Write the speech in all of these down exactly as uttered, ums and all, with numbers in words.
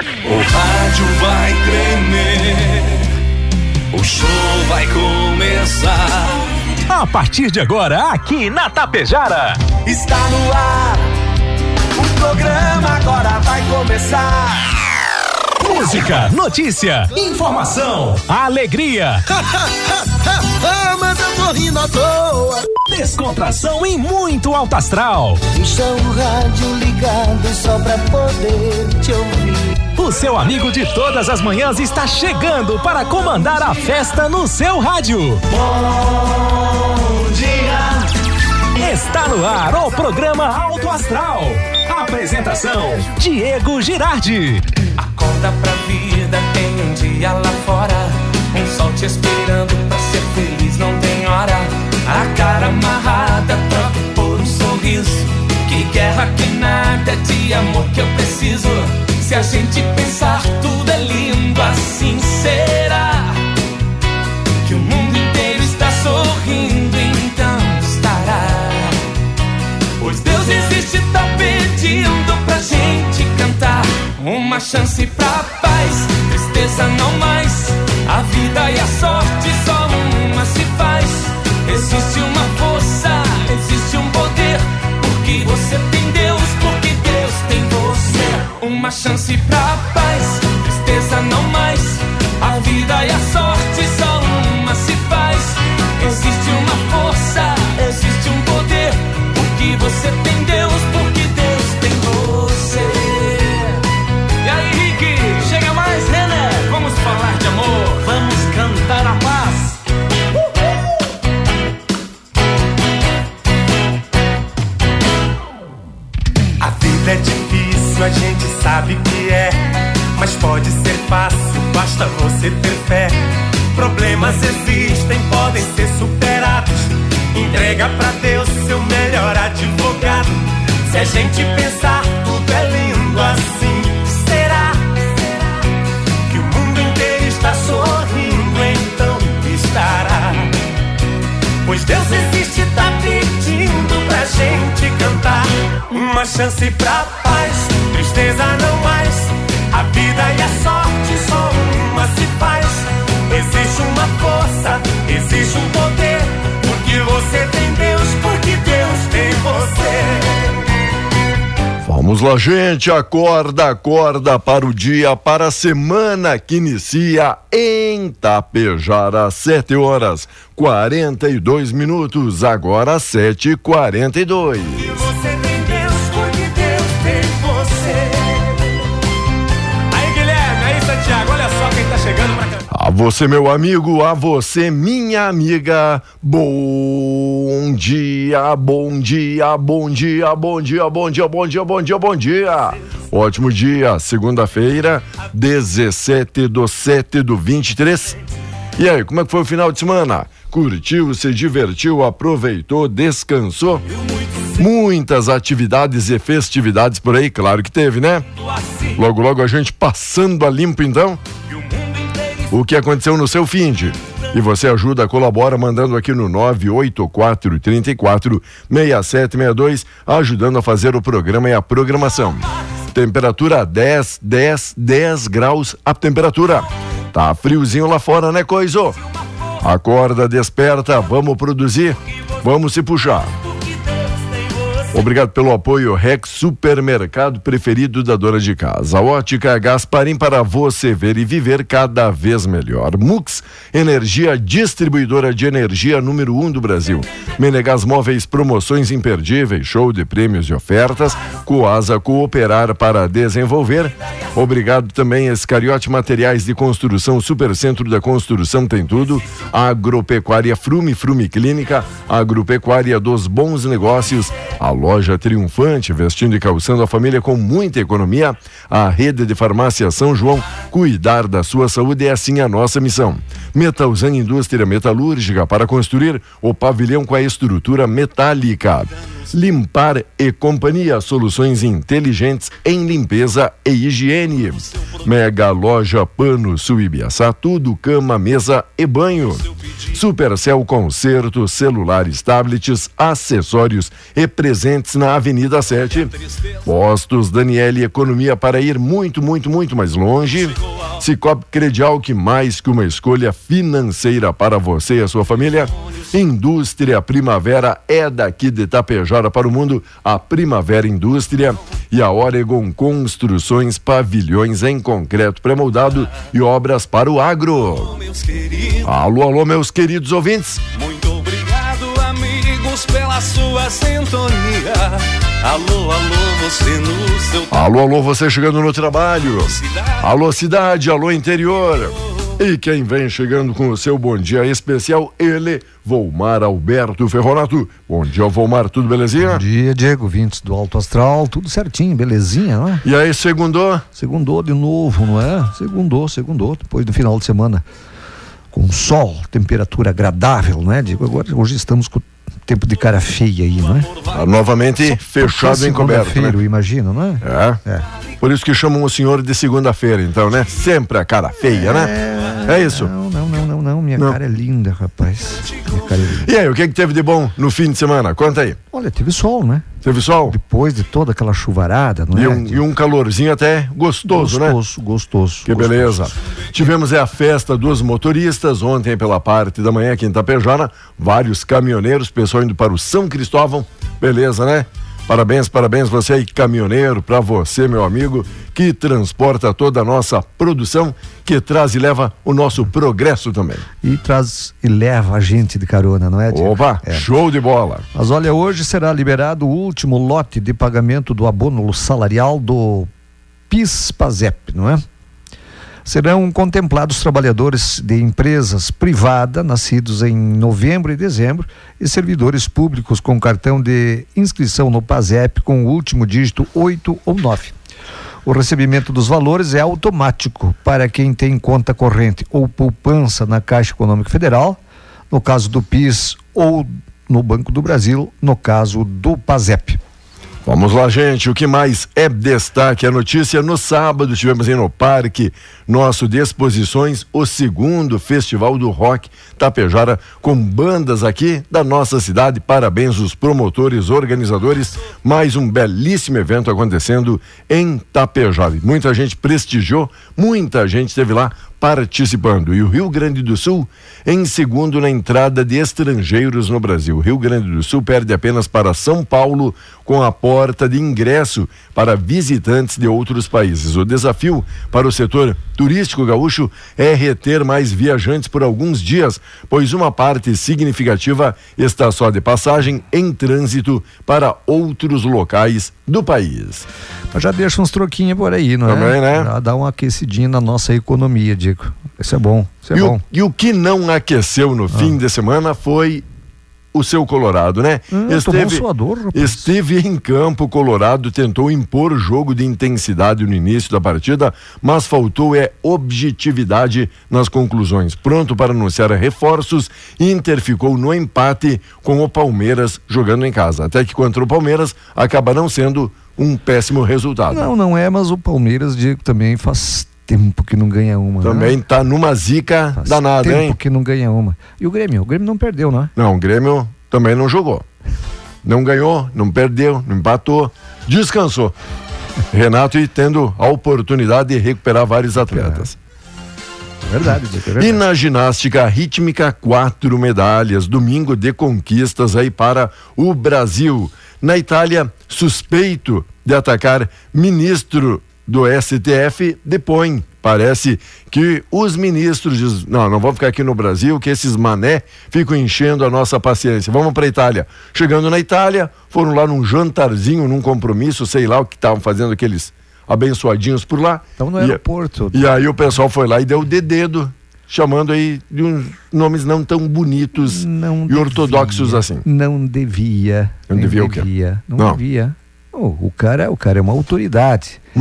O rádio vai tremer, o show vai começar. A partir de agora, aqui na Tapejara. Está no ar, o programa agora vai começar. Música, notícia, informação, alegria. Mas eu tô rindo à toa. Descontração e muito alto astral. Deixa o rádio ligado só pra poder te ouvir. O seu amigo de todas as manhãs está chegando para comandar a festa no seu rádio. Bom dia. Está no ar o programa Alto Astral. Apresentação: Diego Girardi. Acorda pra vida, tem um dia lá fora. Um sol te esperando pra ser feliz, não tem hora. A cara amarrada, troca por um sorriso. Que guerra, que nada, de amor que eu preciso. Se a gente pensar, tudo é lindo, assim será. Que o mundo inteiro está sorrindo, então estará. Pois Deus existe, tá pedindo pra gente cantar. Uma chance pra paz, tristeza não mais. A vida e a sorte só uma se faz. Existe uma força, existe um poder. Porque você tem Deus, porque Deus tem você. Uma chance pra paz, tristeza não mais. A vida e a sorte só uma se faz. Existe uma força, existe um poder. Porque você tem Deus, porque Deus tem você. E aí, Rick, chega mais, René. Vamos falar de amor, vamos cantar a paz. A vida é difícil, a gente sabe que é, mas pode ser fácil, basta você ter fé. Problemas existem, podem ser superados. Entrega pra Deus seu melhor advogado. Se a gente pensar, tudo é lindo assim. Será que o mundo inteiro está sorrindo? Então estará. Pois Deus existe, tá pedindo pra gente cantar. Uma chance pra paz, tristeza não mais. A vida e a sorte só uma se faz. Existe uma força, existe um poder. Porque você tem Deus, porque Deus tem você. Vamos lá, gente, acorda, acorda para o dia, para a semana que inicia em Tapejara, sete horas, quarenta e dois minutos, agora sete e quarenta e dois. E você tem Deus, porque Deus tem você. Aí, Guilherme, aí, Santiago, olha só quem tá chegando pra cá. A você, meu amigo, a você, minha amiga, bom dia, bom dia, bom dia, bom dia, bom dia, bom dia, bom dia, bom dia. Ótimo dia, segunda-feira, dezessete do sete do vinte e três. E aí, como é que foi o final de semana? Curtiu, se divertiu, aproveitou, descansou? Muitas atividades e festividades por aí, claro que teve, né? Logo, logo a gente passando a limpo, então. O que aconteceu no seu finde? E você ajuda, colabora, mandando aqui no nove oito quatro, três quatro, seis sete seis dois, ajudando a fazer o programa e a programação. Temperatura dez, dez, dez graus a temperatura. Tá friozinho lá fora, né, coiso? Acorda, desperta, vamos produzir, vamos se puxar. Obrigado pelo apoio, Rex Supermercado preferido da dona de casa. Ótica Gasparim, para você ver e viver cada vez melhor. Mux, energia distribuidora de energia número um do Brasil. Menegas Móveis, promoções imperdíveis, show de prêmios e ofertas. Coasa, cooperar para desenvolver. Obrigado também a Escariote Materiais de Construção, Supercentro da Construção tem tudo. Agropecuária Frume, Frume Clínica, Agropecuária dos Bons Negócios. A loja triunfante, vestindo e calçando a família com muita economia. A rede de farmácia São João, cuidar da sua saúde é assim a nossa missão. Metalzan Indústria Metalúrgica, para construir o pavilhão com a estrutura metálica. Limpar e Companhia, soluções inteligentes em limpeza e higiene. Mega Loja Pano Sul Ibiaçá, tudo cama, mesa e banho. Supercell Concerto, celulares, tablets, acessórios e presentes na Avenida sete. Postos Daniele, economia para ir muito, muito, muito mais longe. Cicobi Credial, que mais que uma escolha financeira para você e a sua família. Indústria Primavera é daqui de Tapejara para o mundo, a Primavera Indústria. E a Oregon Construções, pavilhões em concreto pré-moldado e obras para o agro. Alô, alô, meus queridos ouvintes. Muito obrigado, amigos, pela sua sintonia. Alô, alô, você no seu... Alô, alô, você chegando no trabalho. Alô, cidade, alô, interior. E quem vem chegando com o seu bom dia especial, ele, Volmar Alberto Ferronato. Bom dia, Volmar, tudo belezinha? Bom dia, Diego, vintes do Alto Astral, tudo certinho, belezinha, não é? E aí, segundou? Segundou de novo, não é? Segundou, segundou, depois do final de semana, com sol, temperatura agradável, não é, Diego? Agora, hoje estamos com tempo de cara feia aí, não é? Ah, novamente Só fechado em coberto, né? Eu imagino, não é? É. é. Por isso que chamam o senhor de segunda-feira, então, né? Sempre a cara feia, né? É, é isso? Não, não, não, não, não. Minha não. cara é linda, rapaz. Minha cara é linda. E aí, o que que teve de bom no fim de semana? Conta aí. Olha, teve sol, né? Teve sol? Depois de toda aquela chuvarada, não e é? Um, e um calorzinho até gostoso, gostoso né? Gostoso, gostoso. Que gostoso. Beleza. Tivemos é, a festa dos motoristas, ontem pela parte da manhã aqui em Tapejara, vários caminhoneiros, pessoal indo para o São Cristóvão, beleza, né? Parabéns, parabéns você aí, caminhoneiro, para você, meu amigo, que transporta toda a nossa produção, que traz e leva o nosso progresso também. E traz e leva a gente de carona, não é, Diego? Opa, é. Show de bola. Mas olha, hoje será liberado o último lote de pagamento do abono salarial do PIS-PASEP, não é? Serão contemplados trabalhadores de empresas privadas, nascidos em novembro e dezembro, e servidores públicos com cartão de inscrição no PASEP com o último dígito oito ou nove. O recebimento dos valores é automático para quem tem conta corrente ou poupança na Caixa Econômica Federal, no caso do PIS, ou no Banco do Brasil, no caso do PASEP. Vamos lá, gente, o que mais é destaque, a notícia, no sábado tivemos aí no Parque Nosso de Exposições, o segundo Festival do Rock Tapejara, com bandas aqui da nossa cidade, parabéns aos promotores, organizadores, mais um belíssimo evento acontecendo em Tapejara, muita gente prestigiou, muita gente esteve lá participando, e o Rio Grande do Sul em segundo na entrada de estrangeiros no Brasil. O Rio Grande do Sul perde apenas para São Paulo com a porta de ingresso para visitantes de outros países. O desafio para o setor turístico gaúcho é reter mais viajantes por alguns dias, pois uma parte significativa está só de passagem em trânsito para outros locais do país. Mas já deixa uns troquinhos por aí, não Também, é? né? Já dá uma aquecidinha na nossa economia, Diego. Isso é bom, isso é e, bom. O, e o que não aqueceu no ah. fim de semana foi o seu Colorado, né? Hum, esteve, um suador, esteve em campo, Colorado tentou impor jogo de intensidade no início da partida, mas faltou é objetividade nas conclusões. Pronto para anunciar reforços, Inter ficou no empate com o Palmeiras jogando em casa. Até que contra o Palmeiras acaba não sendo um péssimo resultado. Não, não é, mas o Palmeiras, Diego, também faz tempo que não ganha uma. Também né? Tá numa zica Faz danada, tempo hein? que não ganha uma. E o Grêmio? O Grêmio não perdeu, não é? Não, o Grêmio também não jogou. Não ganhou, não perdeu, não empatou, descansou. Renato e tendo a oportunidade de recuperar vários atletas. É verdade, é verdade. E na ginástica rítmica, quatro medalhas, domingo de conquistas aí para o Brasil. Na Itália, suspeito de atacar ministro do S T F depõe. Parece que os ministros dizem, não, não vamos ficar aqui no Brasil, que esses mané ficam enchendo a nossa paciência. Vamos para a Itália. Chegando na Itália, foram lá num jantarzinho, num compromisso, sei lá o que estavam fazendo aqueles abençoadinhos por lá. Estão no e, aeroporto. E aí o pessoal foi lá e deu o dedo, chamando aí de uns nomes não tão bonitos não e devia, ortodoxos assim. Não devia. Não devia o quê? Devia, não, não devia. Oh, o cara, o cara é uma autoridade. Hum.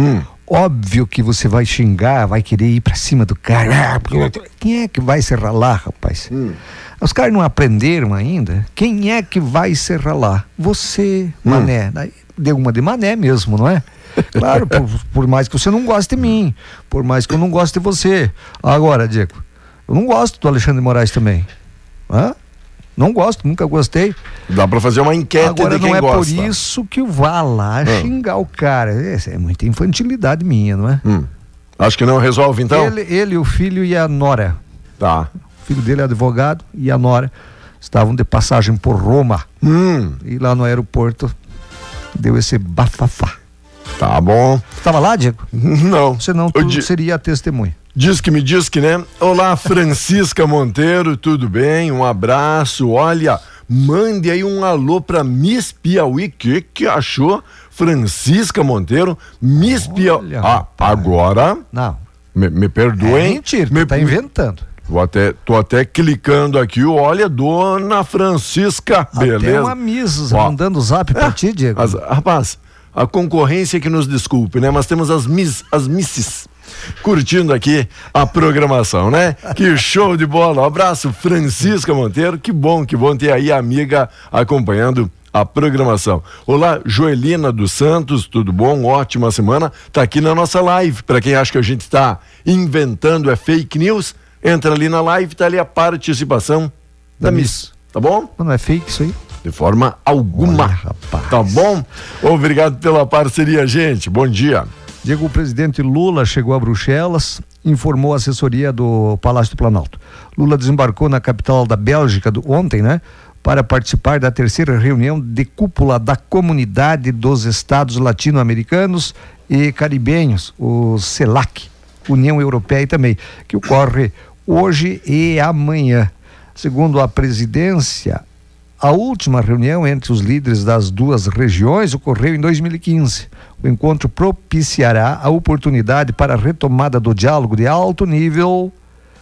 óbvio que você vai xingar, vai querer ir pra cima do cara. Ah, porque... Quem é que vai se ralar, rapaz? Hum. Os caras não aprenderam ainda. Quem é que vai se ralar? Você, hum. mané. Daí deu uma de mané mesmo, não é? Claro, por, por mais que você não goste de mim, por mais que eu não goste de você. Agora, Diego, eu não gosto do Alexandre de Moraes também. Hã? Não gosto, nunca gostei. Dá pra fazer uma enquete. Agora, de quem não é gosta. por isso que eu vá lá ah. xingar o cara. Essa é muita infantilidade minha, não é? Hum. Acho que não resolve, então? Ele, ele, o filho e a nora. Tá. O filho dele é advogado e a nora estavam de passagem por Roma. Hum. E lá no aeroporto deu esse bafafá. Tá bom. Estava lá, Diego? Não. Senão tu di... seria a testemunha. Diz que me diz que, né? Olá, Francisca Monteiro, tudo bem? Um abraço. Olha, mande aí um alô pra Miss Piauí. Que que achou? Francisca Monteiro, Miss Piauí. Ah, agora... Não. Me, me perdoem. É mentira, me... tu tá inventando. Vou até, tô até clicando aqui, olha, Dona Francisca, beleza? Até uma Miss mandando zap é, pra ti, Diego. As, rapaz, a concorrência que nos desculpe, né? Mas temos as Miss, as Misses curtindo aqui a programação, né? Que show de bola. Um abraço, Francisca Monteiro. Que bom, que bom ter aí a amiga acompanhando a programação. Olá, Joelina dos Santos, tudo bom? Ótima semana. Tá aqui na nossa live. Para quem acha que a gente tá inventando é fake news, entra ali na live, tá ali a participação da, da Miss. Miss. Tá bom? Não é fake isso aí? De forma alguma. Olha, rapaz. Tá bom? Obrigado pela parceria, gente. Bom dia. Diego, o presidente Lula chegou a Bruxelas, informou a assessoria do Palácio do Planalto. Lula desembarcou na capital da Bélgica do, ontem, né? Para participar da terceira reunião de cúpula da Comunidade dos Estados Latino-Americanos e Caribenhos, o CELAC, União Europeia também, que ocorre hoje e amanhã. Segundo a presidência, a última reunião entre os líderes das duas regiões ocorreu em dois mil e quinze. O encontro propiciará a oportunidade para a retomada do diálogo de alto nível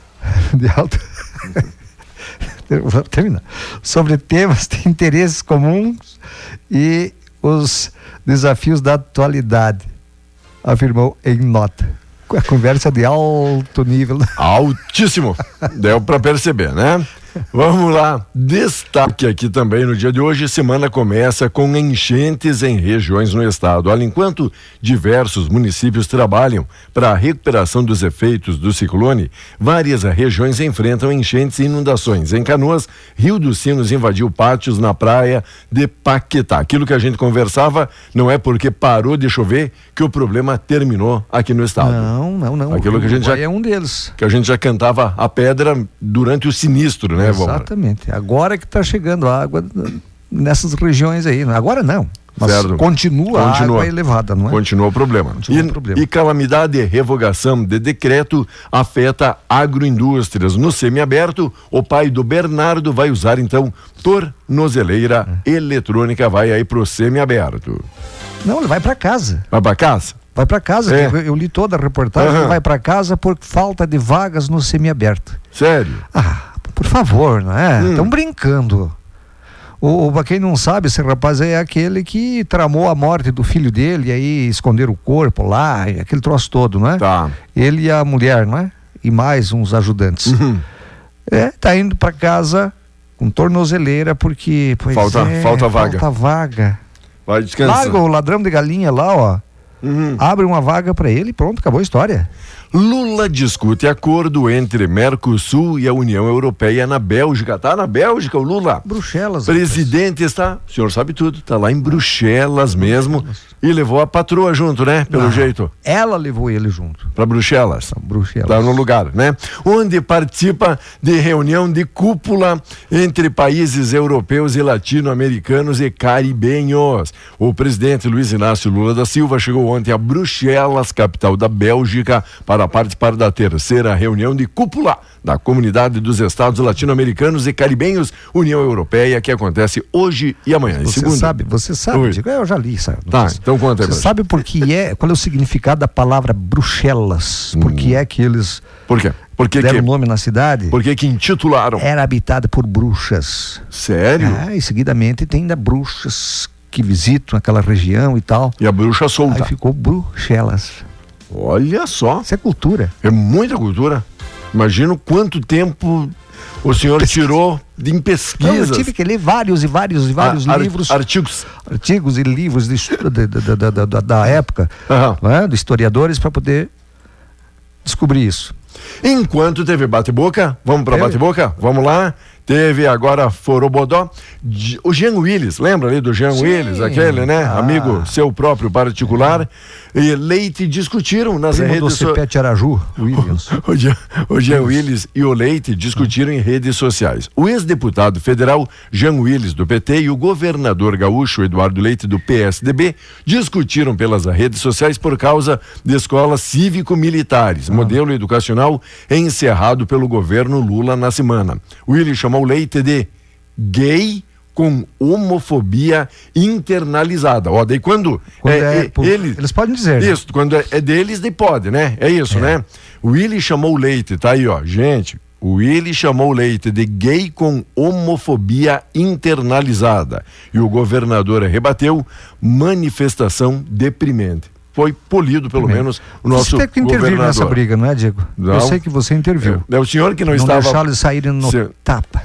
de alto Vou terminar. Sobre temas de interesses comuns e os desafios da atualidade, afirmou em nota. A conversa de alto nível. Altíssimo. Deu para perceber, né? Vamos lá, destaque aqui também no dia de hoje. Semana começa com enchentes em regiões no estado. Olha, enquanto diversos municípios trabalham para a recuperação dos efeitos do ciclone, várias regiões enfrentam enchentes e inundações. Em Canoas, Rio dos Sinos invadiu pátios na praia de Paquetá. Aquilo que a gente conversava, não é porque parou de chover que o problema terminou aqui no estado. Não, não, não. Aquilo que a gente já é um deles. Que a gente já cantava a pedra durante o sinistro, né? Exatamente. Agora que está chegando a água nessas regiões aí. Agora não. Mas certo. Continua, continua a água elevada, não é? Continua o problema. Continua e, o problema. E calamidade e revogação de decreto afeta agroindústrias. No semiaberto, o pai do Bernardo vai usar então tornozeleira é. eletrônica, vai aí pro semiaberto. Não, ele vai para casa. Vai para casa? Vai para casa, é. eu, eu li toda a reportagem, uhum. Ele vai para casa por falta de vagas no semiaberto. Sério? Ah, por favor, não é? Estão hum. brincando. O, o, pra quem não sabe, esse rapaz aí é aquele que tramou a morte do filho dele, e aí esconderam o corpo lá, aquele troço todo, não é? Tá. Ele e a mulher, não é? E mais uns ajudantes. Uhum. É, tá indo para casa com tornozeleira porque pois falta, é, falta vaga. Falta vaga. Vai descansar. Larga o ladrão de galinha lá, ó. Uhum. Abre uma vaga para ele e pronto, acabou a história. Lula discute acordo entre Mercosul e a União Europeia na Bélgica. Tá na Bélgica o Lula? Bruxelas. Presidente está, o senhor sabe tudo, tá lá em Bruxelas mesmo. E levou a patroa junto, né? Pelo Não, jeito. Ela levou ele junto. Pra Bruxelas. Bruxelas. Tá no lugar, né? Onde participa de reunião de cúpula entre países europeus e latino-americanos e caribenhos. O presidente Luiz Inácio Lula da Silva chegou ontem a Bruxelas, capital da Bélgica, para participar da terceira reunião de cúpula da Comunidade dos Estados Latino-Americanos e Caribenhos, União Europeia, que acontece hoje e amanhã. Você segunda. sabe, você sabe, Diego, eu já li, sabe? Tá, então conta aí. Você sabe por que é, qual é o significado da palavra Bruxelas? Por que é que eles por quê? Por que deram que... nome na cidade? Por que que intitularam? Era habitada por bruxas. Sério? Ah, e seguidamente tem ainda bruxas que visitam aquela região e tal. E a bruxa solta. Aí ficou Bruxelas. Olha só. Isso é cultura. É muita cultura. Imagina quanto tempo o senhor tirou de, em pesquisas. Não, eu tive que ler vários e vários e vários ah, livros. Artigos. Artigos e livros de, de, de, de, de, de, da época, Uhum. né, de historiadores, para poder descobrir isso. Enquanto teve bate-boca, vamos para Teve. bate-boca? Vamos lá. Teve agora Forobodó. O Jean Willis, lembra ali do Jean Sim. Willis, aquele, né? Ah. Amigo seu próprio particular. E Leite discutiram nas Primo do redes sociais. Cepete Araju, Williams. O Jean, o Jean Willis e o Leite discutiram em redes sociais. O ex-deputado federal Jean Willis, do P T, e o governador gaúcho Eduardo Leite, do P S D B, discutiram pelas redes sociais por causa de escolas cívico-militares, Ah. modelo educacional encerrado pelo governo Lula na semana. Willis chamou Leite de gay com homofobia internalizada. Ó, daí quando, Quando é, é é, por- ele, eles podem dizer, né? isso, quando é, é deles, daí pode, né? É isso, É. né? O Willi chamou o Leite, tá aí, ó. Gente, o Willi chamou o Leite de gay com homofobia internalizada. E o governador rebateu manifestação deprimente. Foi polido, pelo Bem, menos, o nosso você tem que intervir governador. nessa briga, não é, Diego? Não. Eu sei que você interviu. É, é o senhor que não, Não estava... deixar eles saírem no Se- tapa.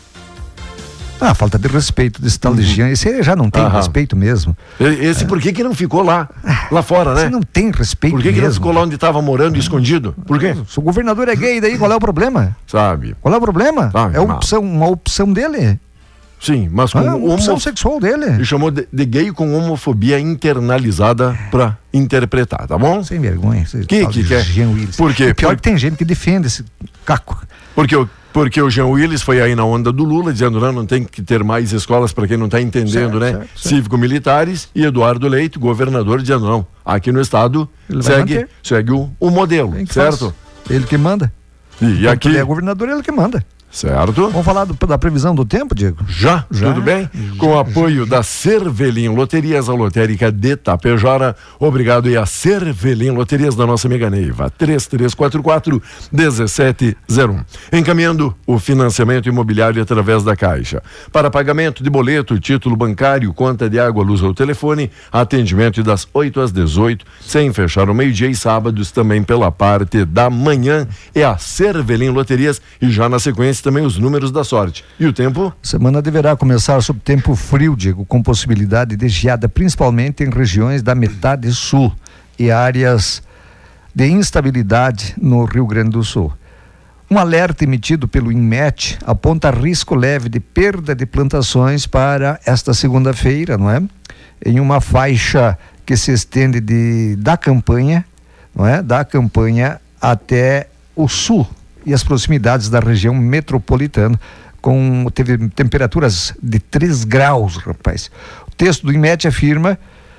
Ah, falta de respeito desse tal de Jean. Esse aí já não tem Aham. respeito mesmo. E- Esse por que que não ficou lá? Lá fora, Você né? não tem respeito Por que que mesmo. não ficou lá onde estava morando, escondido? Por quê? Se o governador é gay, daí qual é o problema? Sabe? Qual é o problema? Ah, é não. uma opção, uma opção dele. Sim, mas com Ah, uma opção homo... sexual dele. Ele chamou de, de gay com homofobia internalizada pra interpretar, tá bom? Sem vergonha. esse Que tal que de que é? Jean Willis. Por quê? O pior Por- é que tem gente que defende esse caco. Porque o, porque o Jean Willis foi aí na onda do Lula, dizendo não, não tem que ter mais escolas para quem não tá entendendo, Certo, né? certo, certo. Cívico-militares, e Eduardo Leite, governador, dizendo não, aqui no estado Ele vai segue, manter. segue o, o modelo, Tem que certo? faz. Ele que manda. E, e Quando aqui, ele é governador, ele que manda. certo? Vamos falar do- da previsão do tempo, Diego? Já, Já, tudo bem? Com o apoio da Cervelim Loterias, a lotérica de Tapejara. Obrigado e a Cervelim Loterias da nossa amiga Neiva, três três quatro quatro, um sete zero um. Encaminhando o financiamento imobiliário através da Caixa. Para pagamento de boleto, título bancário, conta de água, luz ou telefone, atendimento das oito às dezoito, sem fechar o meio-dia e sábados também pela parte da manhã. É a Cervelim Loterias e já na sequência também os números da sorte. E o tempo? Semana deverá começar sob tempo frio, Diego, com possibilidade de geada, principalmente em regiões da metade sul e áreas de instabilidade no Rio Grande do Sul. Um alerta emitido pelo INMET aponta risco leve de perda de plantações para esta segunda-feira, não é? Em uma faixa que se estende de, da campanha, não é? Da campanha até o sul e as proximidades da região metropolitana, com teve temperaturas de três graus, rapaz. O texto do INMET afirma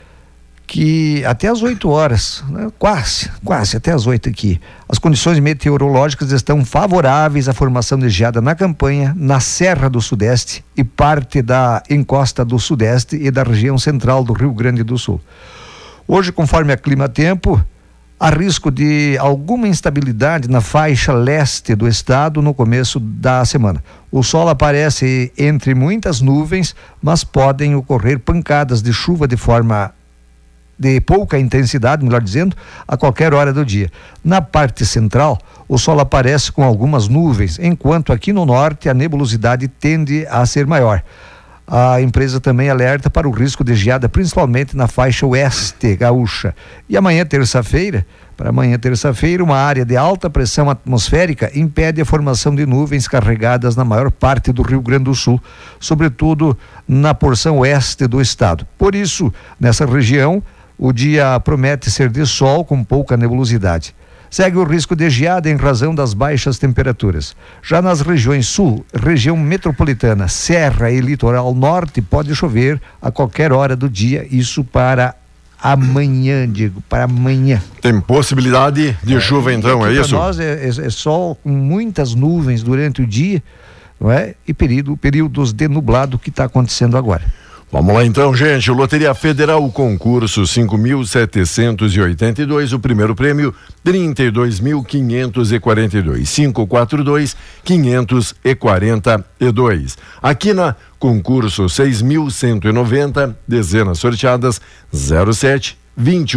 que até às oito horas, né, quase, quase até às oito aqui, as condições meteorológicas estão favoráveis à formação de geada na campanha, na Serra do Sudeste e parte da encosta do Sudeste e da região central do Rio Grande do Sul. Hoje, conforme a Clima Tempo, há risco de alguma instabilidade na faixa leste do estado no começo da semana. O sol aparece entre muitas nuvens, mas podem ocorrer pancadas de chuva de forma de pouca intensidade, melhor dizendo, a qualquer hora do dia. Na parte central, o sol aparece com algumas nuvens, enquanto aqui no norte a nebulosidade tende a ser maior. A empresa também alerta para o risco de geada, principalmente na faixa oeste gaúcha. E amanhã, terça-feira, para amanhã, terça-feira, uma área de alta pressão atmosférica impede a formação de nuvens carregadas na maior parte do Rio Grande do Sul, sobretudo na porção oeste do estado. Por isso, nessa região, o dia promete ser de sol com pouca nebulosidade. Segue o risco de geada em razão das baixas temperaturas. Já nas regiões sul, região metropolitana, serra e litoral norte, pode chover a qualquer hora do dia, isso para amanhã, digo, para amanhã. Tem possibilidade de chuva então, é Para isso? nós é, é, é sol com muitas nuvens durante o dia, não é? E período, períodos de nublado que está acontecendo agora. Vamos lá então, gente. Loteria Federal, concurso cinco mil setecentos e oitenta e dois, o primeiro prêmio trinta e dois mil quinhentos e quarenta e dois, cinco quatro dois, quinhentos e quarenta e dois. Aqui na concurso seis mil cento e noventa, dezenas sorteadas zero sete, vinte e um,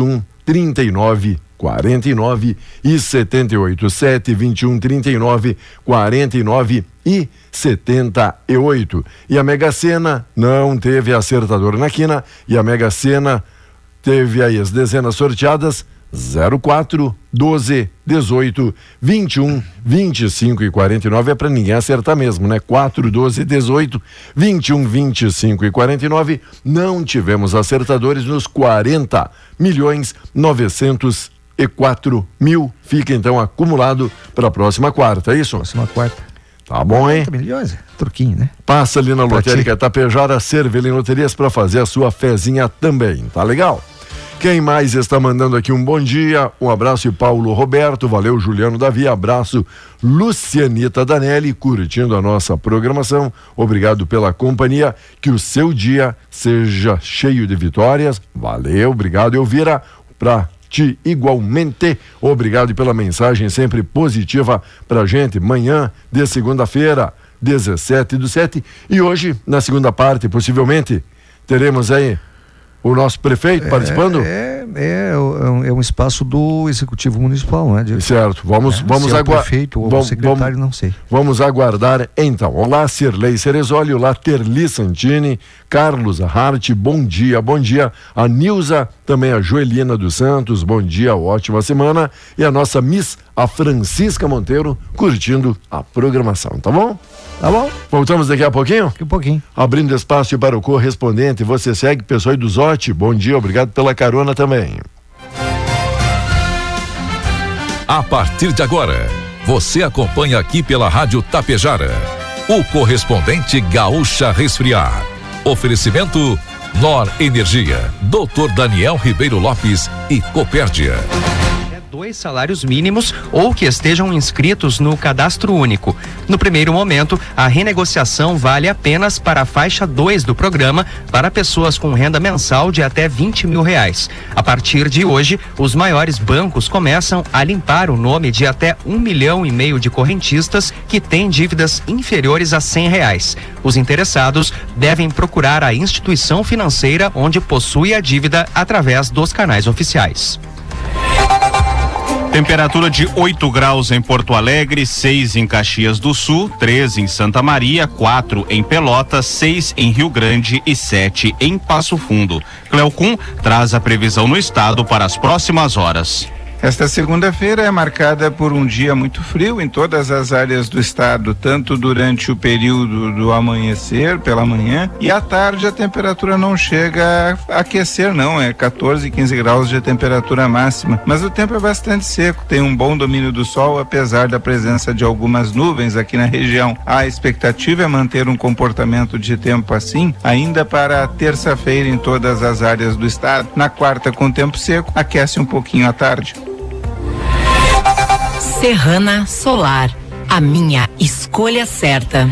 trinta e nove, quarenta e nove e setenta e oito. sete, vinte e um, trinta e nove, quarenta e nove e setenta e oito. E a Mega Sena não teve acertador na quina, e a Mega Sena teve aí as dezenas sorteadas: zero quatro, doze, dezoito, vinte e um, vinte e cinco e quarenta e nove. É para ninguém acertar mesmo, né? quatro, doze, dezoito, vinte e um, vinte e cinco e quarenta e nove. Não tivemos acertadores nos quarenta milhões novecentos e quatro mil. Fica então acumulado para a próxima quarta, é isso? Próxima quarta. Tá bom, hein? Milhões, é truquinho, né? Passa ali na Lotérica Tapejara, Cervelim Loterias, para fazer a sua fezinha também, tá legal? Quem mais está mandando aqui um bom dia? Um abraço, Paulo Roberto, valeu, Juliano Davi, abraço, Lucianita Danelli, curtindo a nossa programação, obrigado pela companhia, que o seu dia seja cheio de vitórias, valeu, obrigado, Elvira, pra ti igualmente, obrigado pela mensagem sempre positiva pra gente, manhã de segunda-feira, dezessete do sete, e hoje, na segunda parte, possivelmente, teremos aí o nosso prefeito é, participando? É, é, é um espaço do Executivo Municipal, não é? De... Certo, vamos, é, vamos aguardar. Prefeito ou vamos, secretário, vamos, não sei. Vamos aguardar então. Olá, Cirlei Cerezoli, olá, Terli Santini, Carlos Hart, bom dia, bom dia. A Nilza, também a Joelina dos Santos, bom dia, ótima semana. E a nossa Miss, a Francisca Monteiro, curtindo a programação, tá bom? Tá bom. Voltamos daqui a pouquinho? Daqui a pouquinho. Abrindo espaço para o correspondente, você segue, pessoal do Zote, bom dia, obrigado pela carona também. A partir de agora, você acompanha aqui pela Rádio Tapejara, o correspondente Gaúcha Resfriar. Oferecimento Nor Energia, doutor Daniel Ribeiro Lopes e Copérdia. Dois salários mínimos ou que estejam inscritos no Cadastro Único. No primeiro momento, a renegociação vale apenas para a faixa dois do programa para pessoas com renda mensal de até vinte mil reais. A partir de hoje, os maiores bancos começam a limpar o nome de até um milhão e meio de correntistas que têm dívidas inferiores a cem reais. Os interessados devem procurar a instituição financeira onde possui a dívida através dos canais oficiais. Temperatura de oito graus em Porto Alegre, seis em Caxias do Sul, três em Santa Maria, quatro em Pelotas, seis em Rio Grande e sete em Passo Fundo. Cleocum traz a previsão no estado para as próximas horas. Esta segunda-feira é marcada por um dia muito frio em todas as áreas do estado, tanto durante o período do amanhecer, pela manhã, e à tarde a temperatura não chega a aquecer não, é quatorze, quinze graus de temperatura máxima, mas o tempo é bastante seco, tem um bom domínio do sol, apesar da presença de algumas nuvens aqui na região. A expectativa é manter um comportamento de tempo assim, ainda para terça-feira em todas as áreas do estado. Na quarta, com tempo seco, aquece um pouquinho à tarde. Serrana Solar, a minha escolha certa.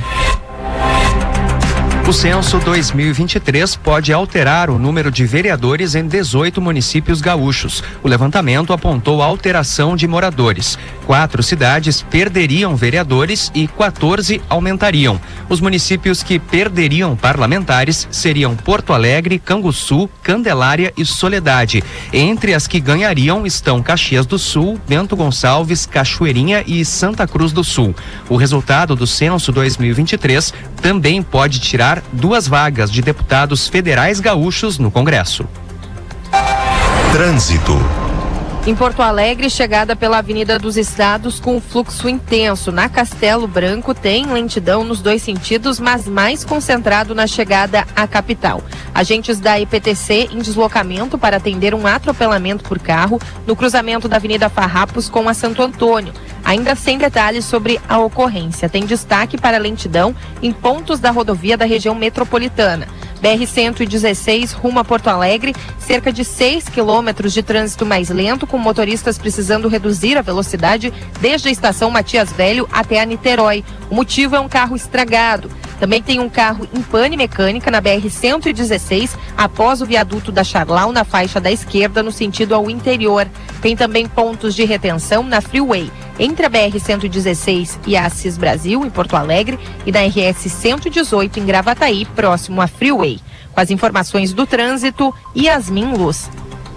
O censo dois mil e vinte e três pode alterar o número de vereadores em dezoito municípios gaúchos. O levantamento apontou a alteração de moradores. Quatro cidades perderiam vereadores e quatorze aumentariam. Os municípios que perderiam parlamentares seriam Porto Alegre, Canguçu, Candelária e Soledade. Entre as que ganhariam estão Caxias do Sul, Bento Gonçalves, Cachoeirinha e Santa Cruz do Sul. O resultado do censo dois mil e vinte e três também pode tirar duas vagas de deputados federais gaúchos no Congresso. Trânsito. Em Porto Alegre, chegada pela Avenida dos Estados com fluxo intenso. Na Castelo Branco tem lentidão nos dois sentidos, mas mais concentrado na chegada à capital. Agentes da I P T C em deslocamento para atender um atropelamento por carro no cruzamento da Avenida Farrapos com a Santo Antônio. Ainda sem detalhes sobre a ocorrência. Tem destaque para lentidão em pontos da rodovia da região metropolitana. B R cento e dezesseis rumo a Porto Alegre, cerca de seis quilômetros de trânsito mais lento, com motoristas precisando reduzir a velocidade desde a estação Matias Velho até a Niterói. O motivo é um carro estragado. Também tem um carro em pane mecânica na B R cento e dezesseis, após o viaduto da Charlau, na faixa da esquerda, no sentido ao interior. Tem também pontos de retenção na Freeway, entre a B R cento e dezesseis e a Assis Brasil, em Porto Alegre, e na R S cento e dezoito, em Gravataí, próximo à Freeway. Com as informações do trânsito, Yasmin Luz.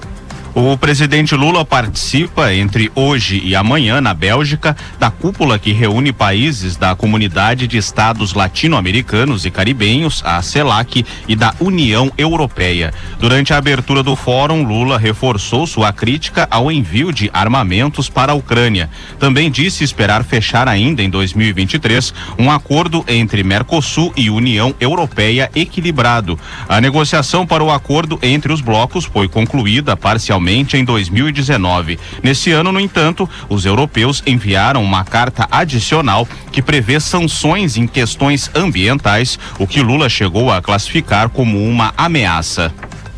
O presidente Lula participa entre hoje e amanhã na Bélgica da cúpula que reúne países da Comunidade de Estados Latino-Americanos e Caribenhos, a CELAC, e da União Europeia. Durante a abertura do fórum, Lula reforçou sua crítica ao envio de armamentos para a Ucrânia. Também disse esperar fechar ainda em dois mil e vinte e três um acordo entre Mercosul e União Europeia equilibrado. A negociação para o acordo entre os blocos foi concluída parcialmente em dois mil e dezenove. Nesse ano, no entanto, os europeus enviaram uma carta adicional que prevê sanções em questões ambientais, o que Lula chegou a classificar como uma ameaça.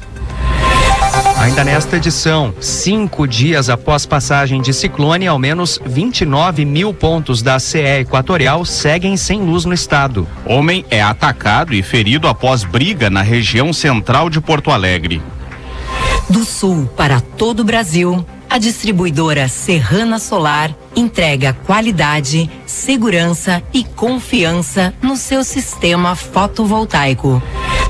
Ainda nesta edição, cinco dias após passagem de ciclone, ao menos vinte e nove mil pontos da C E Equatorial seguem sem luz no estado. Homem é atacado e ferido após briga na região central de Porto Alegre. Do sul para todo o Brasil, a distribuidora Serrana Solar entrega qualidade, segurança e confiança no seu sistema fotovoltaico.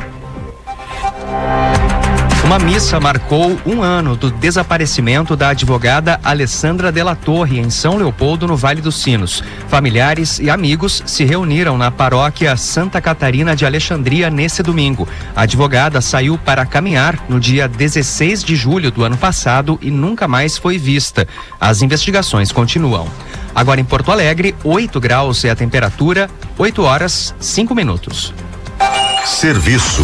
Uma missa marcou um ano do desaparecimento da advogada Alessandra Della Torre em São Leopoldo, no Vale dos Sinos. Familiares e amigos se reuniram na paróquia Santa Catarina de Alexandria nesse domingo. A advogada saiu para caminhar no dia dezesseis de julho do ano passado e nunca mais foi vista. As investigações continuam. Agora em Porto Alegre, oito graus é a temperatura, oito horas, cinco minutos. Serviço.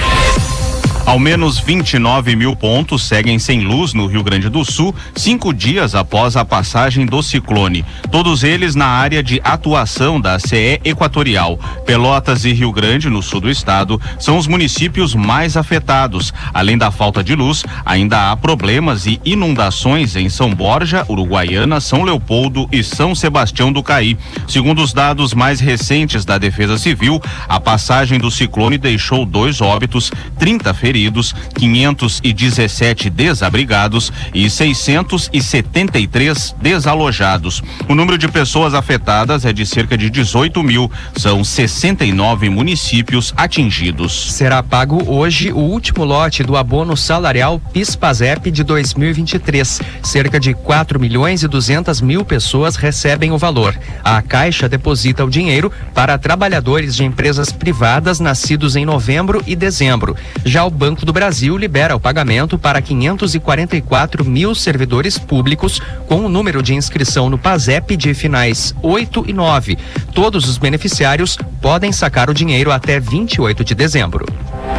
Ao menos vinte e nove mil pontos seguem sem luz no Rio Grande do Sul, cinco dias após a passagem do ciclone. Todos eles na área de atuação da C E Equatorial. Pelotas e Rio Grande, no sul do estado, são os municípios mais afetados. Além da falta de luz, ainda há problemas e inundações em São Borja, Uruguaiana, São Leopoldo e São Sebastião do Caí. Segundo os dados mais recentes da Defesa Civil, a passagem do ciclone deixou dois óbitos, trinta feridos, quinhentos e dezessete desabrigados e seiscentos e setenta e três desalojados. O número de pessoas afetadas é de cerca de dezoito mil. São sessenta e nove municípios atingidos. Será pago hoje o último lote do abono salarial PIS/PASEP de dois mil e vinte e três. Cerca de quatro milhões e duzentas mil pessoas recebem o valor. A Caixa deposita o dinheiro para trabalhadores de empresas privadas nascidos em novembro e dezembro. Já o Banco do Brasil libera o pagamento para quinhentos e quarenta e quatro mil servidores públicos com o número de inscrição no PASEP de finais oito e nove. Todos os beneficiários podem sacar o dinheiro até vinte e oito de dezembro.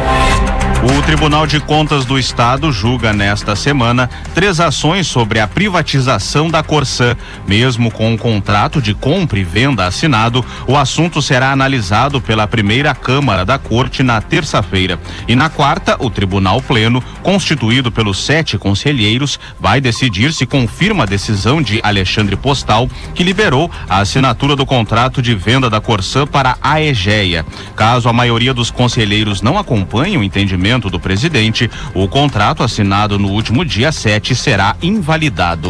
O Tribunal de Contas do Estado julga nesta semana três ações sobre a privatização da Corsã. Mesmo com um contrato de compra e venda assinado, o assunto será analisado pela primeira Câmara da Corte na terça-feira. E na quarta, o Tribunal Pleno, constituído pelos sete conselheiros, vai decidir se confirma a decisão de Alexandre Postal, que liberou a assinatura do contrato de venda da Corsã para a Egea. Caso a maioria dos conselheiros não acompanhe o entendimento do presidente, o contrato assinado no último dia sete será invalidado.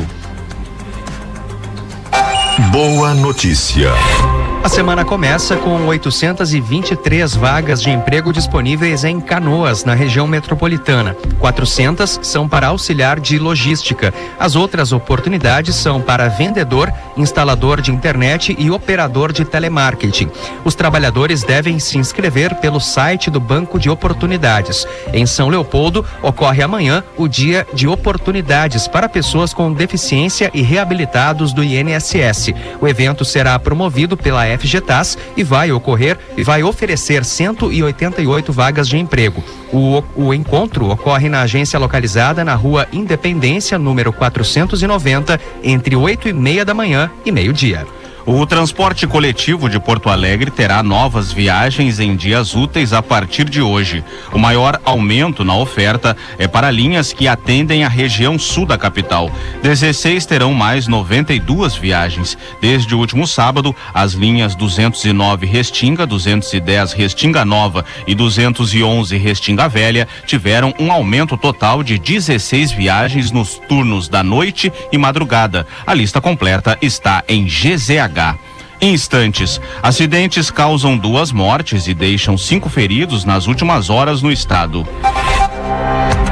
Boa notícia. A semana começa com oitocentas e vinte e três vagas de emprego disponíveis em Canoas, na região metropolitana. quatrocentas são para auxiliar de logística. As outras oportunidades são para vendedor, instalador de internet e operador de telemarketing. Os trabalhadores devem se inscrever pelo site do Banco de Oportunidades. Em São Leopoldo, ocorre amanhã o Dia de Oportunidades para pessoas com deficiência e reabilitados do I N S S. O evento será promovido pela F G T A S e vai ocorrer e vai oferecer cento e oitenta e oito vagas de emprego. O, o encontro ocorre na agência localizada na Rua Independência, número quatrocentos e noventa, entre oito e meia da manhã e meio-dia. O transporte coletivo de Porto Alegre terá novas viagens em dias úteis a partir de hoje. O maior aumento na oferta é para linhas que atendem a região sul da capital. dezesseis terão mais noventa e duas viagens. Desde o último sábado, as linhas duzentos e nove Restinga, duzentos e dez Restinga Nova e duzentos e onze Restinga Velha tiveram um aumento total de dezesseis viagens nos turnos da noite e madrugada. A lista completa está em G Z H. Em instantes, acidentes causam duas mortes e deixam cinco feridos nas últimas horas no estado.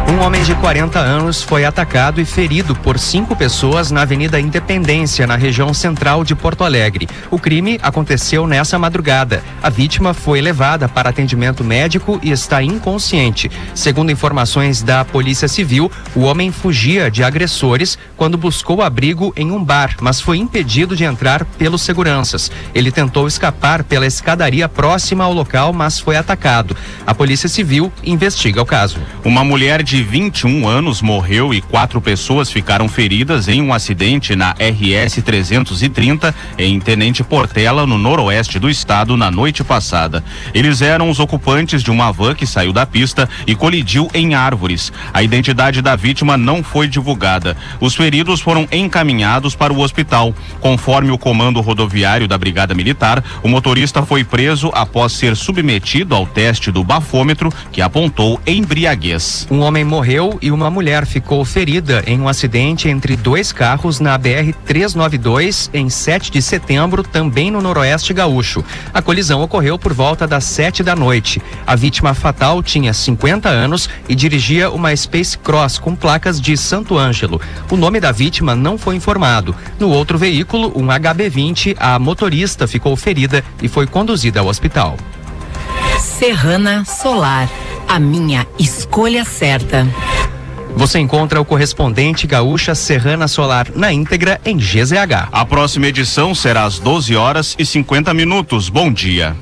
Um homem de quarenta anos foi atacado e ferido por cinco pessoas na Avenida Independência, na região central de Porto Alegre. O crime aconteceu nessa madrugada. A vítima foi levada para atendimento médico e está inconsciente. Segundo informações da Polícia Civil, o homem fugia de agressores quando buscou abrigo em um bar, mas foi impedido de entrar pelos seguranças. Ele tentou escapar pela escadaria próxima ao local, mas foi atacado. A Polícia Civil investiga o caso. Uma mulher de vinte e um anos morreu e quatro pessoas ficaram feridas em um acidente na R S trezentos e trinta em Tenente Portela, no noroeste do estado, na noite passada. Eles eram os ocupantes de uma van que saiu da pista e colidiu em árvores. A identidade da vítima não foi divulgada. Os feridos foram encaminhados para o hospital. Conforme o comando rodoviário da Brigada Militar, o motorista foi preso após ser submetido ao teste do bafômetro, que apontou embriaguez. Um homem morreu e uma mulher ficou ferida em um acidente entre dois carros na B R trezentos e noventa e dois, em sete de setembro, também no noroeste gaúcho. A colisão ocorreu por volta das sete da noite. A vítima fatal tinha cinquenta anos e dirigia uma Space Cross com placas de Santo Ângelo. O nome da vítima não foi informado. No outro veículo, um H B vinte, a motorista ficou ferida e foi conduzida ao hospital. Serrana Solar, a minha escolha certa. Você encontra o correspondente Gaúcha Serrana Solar na íntegra em G Z H. A próxima edição será às doze horas e cinquenta minutos. Bom dia.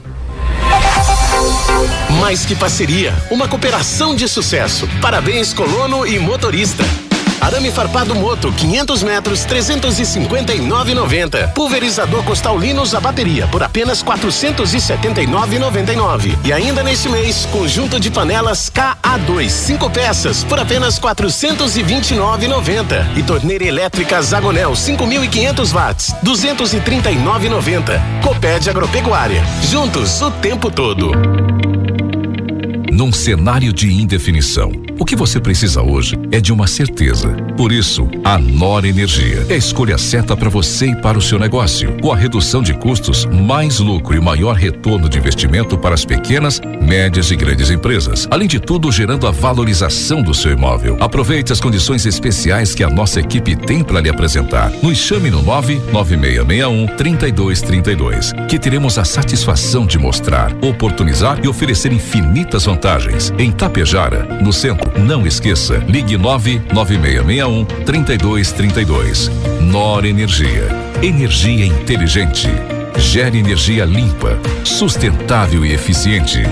Mais que parceria, uma cooperação de sucesso. Parabéns, colono e motorista. Arame farpado Moto, quinhentos metros, trezentos e cinquenta e nove reais e noventa centavos. Pulverizador Costal Linus a bateria por apenas quatrocentos e setenta e nove reais e noventa e nove centavos. E ainda neste mês, conjunto de panelas K A dois, cinco peças por apenas quatrocentos e vinte e nove reais e noventa centavos. E torneira elétrica Zagonel cinco mil e quinhentos watts, duzentos e trinta e nove reais e noventa centavos. Coped Agropecuária. Juntos o tempo todo. Num cenário de indefinição, o que você precisa hoje é de uma certeza. Por isso, a Nor Energia é a escolha certa para você e para o seu negócio. Com a redução de custos, mais lucro e maior retorno de investimento para as pequenas, médias e grandes empresas. Além de tudo, gerando a valorização do seu imóvel. Aproveite as condições especiais que a nossa equipe tem para lhe apresentar. Nos chame no nove nove seis seis um, três dois três dois, que teremos a satisfação de mostrar, oportunizar e oferecer infinitas vantagens. Em Tapejara, no centro. Não esqueça, ligue nove nove seis seis um, três dois três dois. Nor Energia. Energia inteligente. Gere energia limpa, sustentável e eficiente.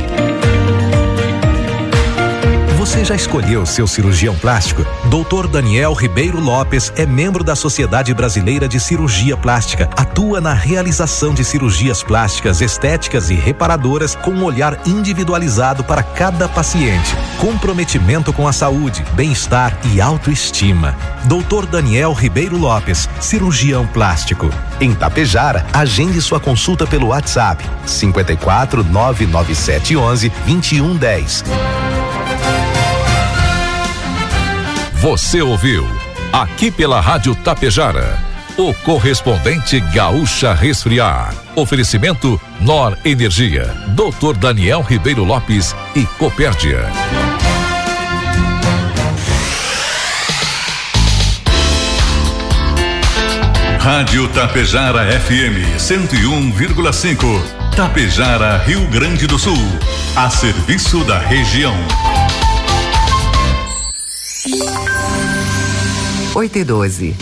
Você já escolheu seu cirurgião plástico? doutor Daniel Ribeiro Lopes é membro da Sociedade Brasileira de Cirurgia Plástica. Atua na realização de cirurgias plásticas, estéticas e reparadoras com um olhar individualizado para cada paciente. Comprometimento com a saúde, bem-estar e autoestima. doutor Daniel Ribeiro Lopes, cirurgião plástico. Em Tapejara, agende sua consulta pelo WhatsApp cinquenta e quatro, nove nove sete onze, vinte e um dez. Você ouviu, aqui pela Rádio Tapejara, o correspondente Gaúcha Resfriar. Oferecimento Nor Energia, doutor Daniel Ribeiro Lopes e Copérdia. Rádio Tapejara F M cento e um vírgula cinco. Tapejara, Rio Grande do Sul. A serviço da região. oito e doze.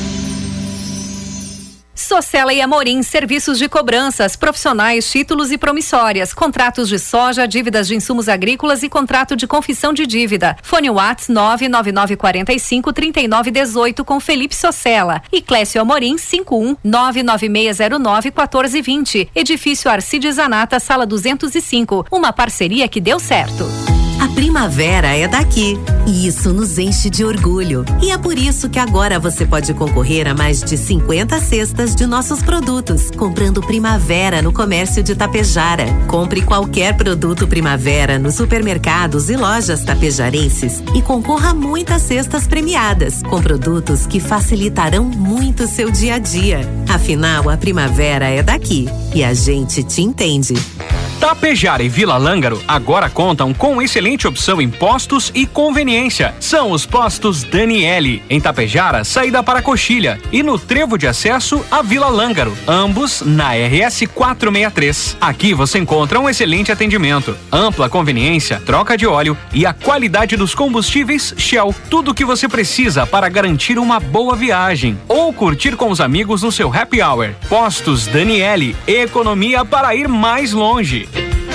Socella e Amorim, serviços de cobranças, profissionais, títulos e promissórias, contratos de soja, dívidas de insumos agrícolas e contrato de confissão de dívida. Fone Whats nove nove nove quatro cinco, três nove um oito com Felipe Socella. E Clécio Amorim cinco um nove nove seis zero nove um quatro dois zero. Edifício Arcides Zanata, sala duzentos e cinco. Uma parceria que deu certo. A primavera é daqui e isso nos enche de orgulho. E é por isso que agora você pode concorrer a mais de cinquenta cestas de nossos produtos, comprando Primavera no comércio de Tapejara. Compre qualquer produto Primavera nos supermercados e lojas tapejarenses e concorra a muitas cestas premiadas, com produtos que facilitarão muito o seu dia a dia. Afinal, a primavera é daqui e a gente te entende. Tapejara e Vila Lângaro agora contam com excelente opção em postos e conveniência. São os postos Daniele, em Tapejara, saída para Coxilha, e no trevo de acesso a Vila Lângaro, ambos na R S quatrocentos e sessenta e três. Aqui você encontra um excelente atendimento, ampla conveniência, troca de óleo e a qualidade dos combustíveis Shell. Tudo o que você precisa para garantir uma boa viagem ou curtir com os amigos no seu happy hour. Postos Daniele, economia para ir mais longe.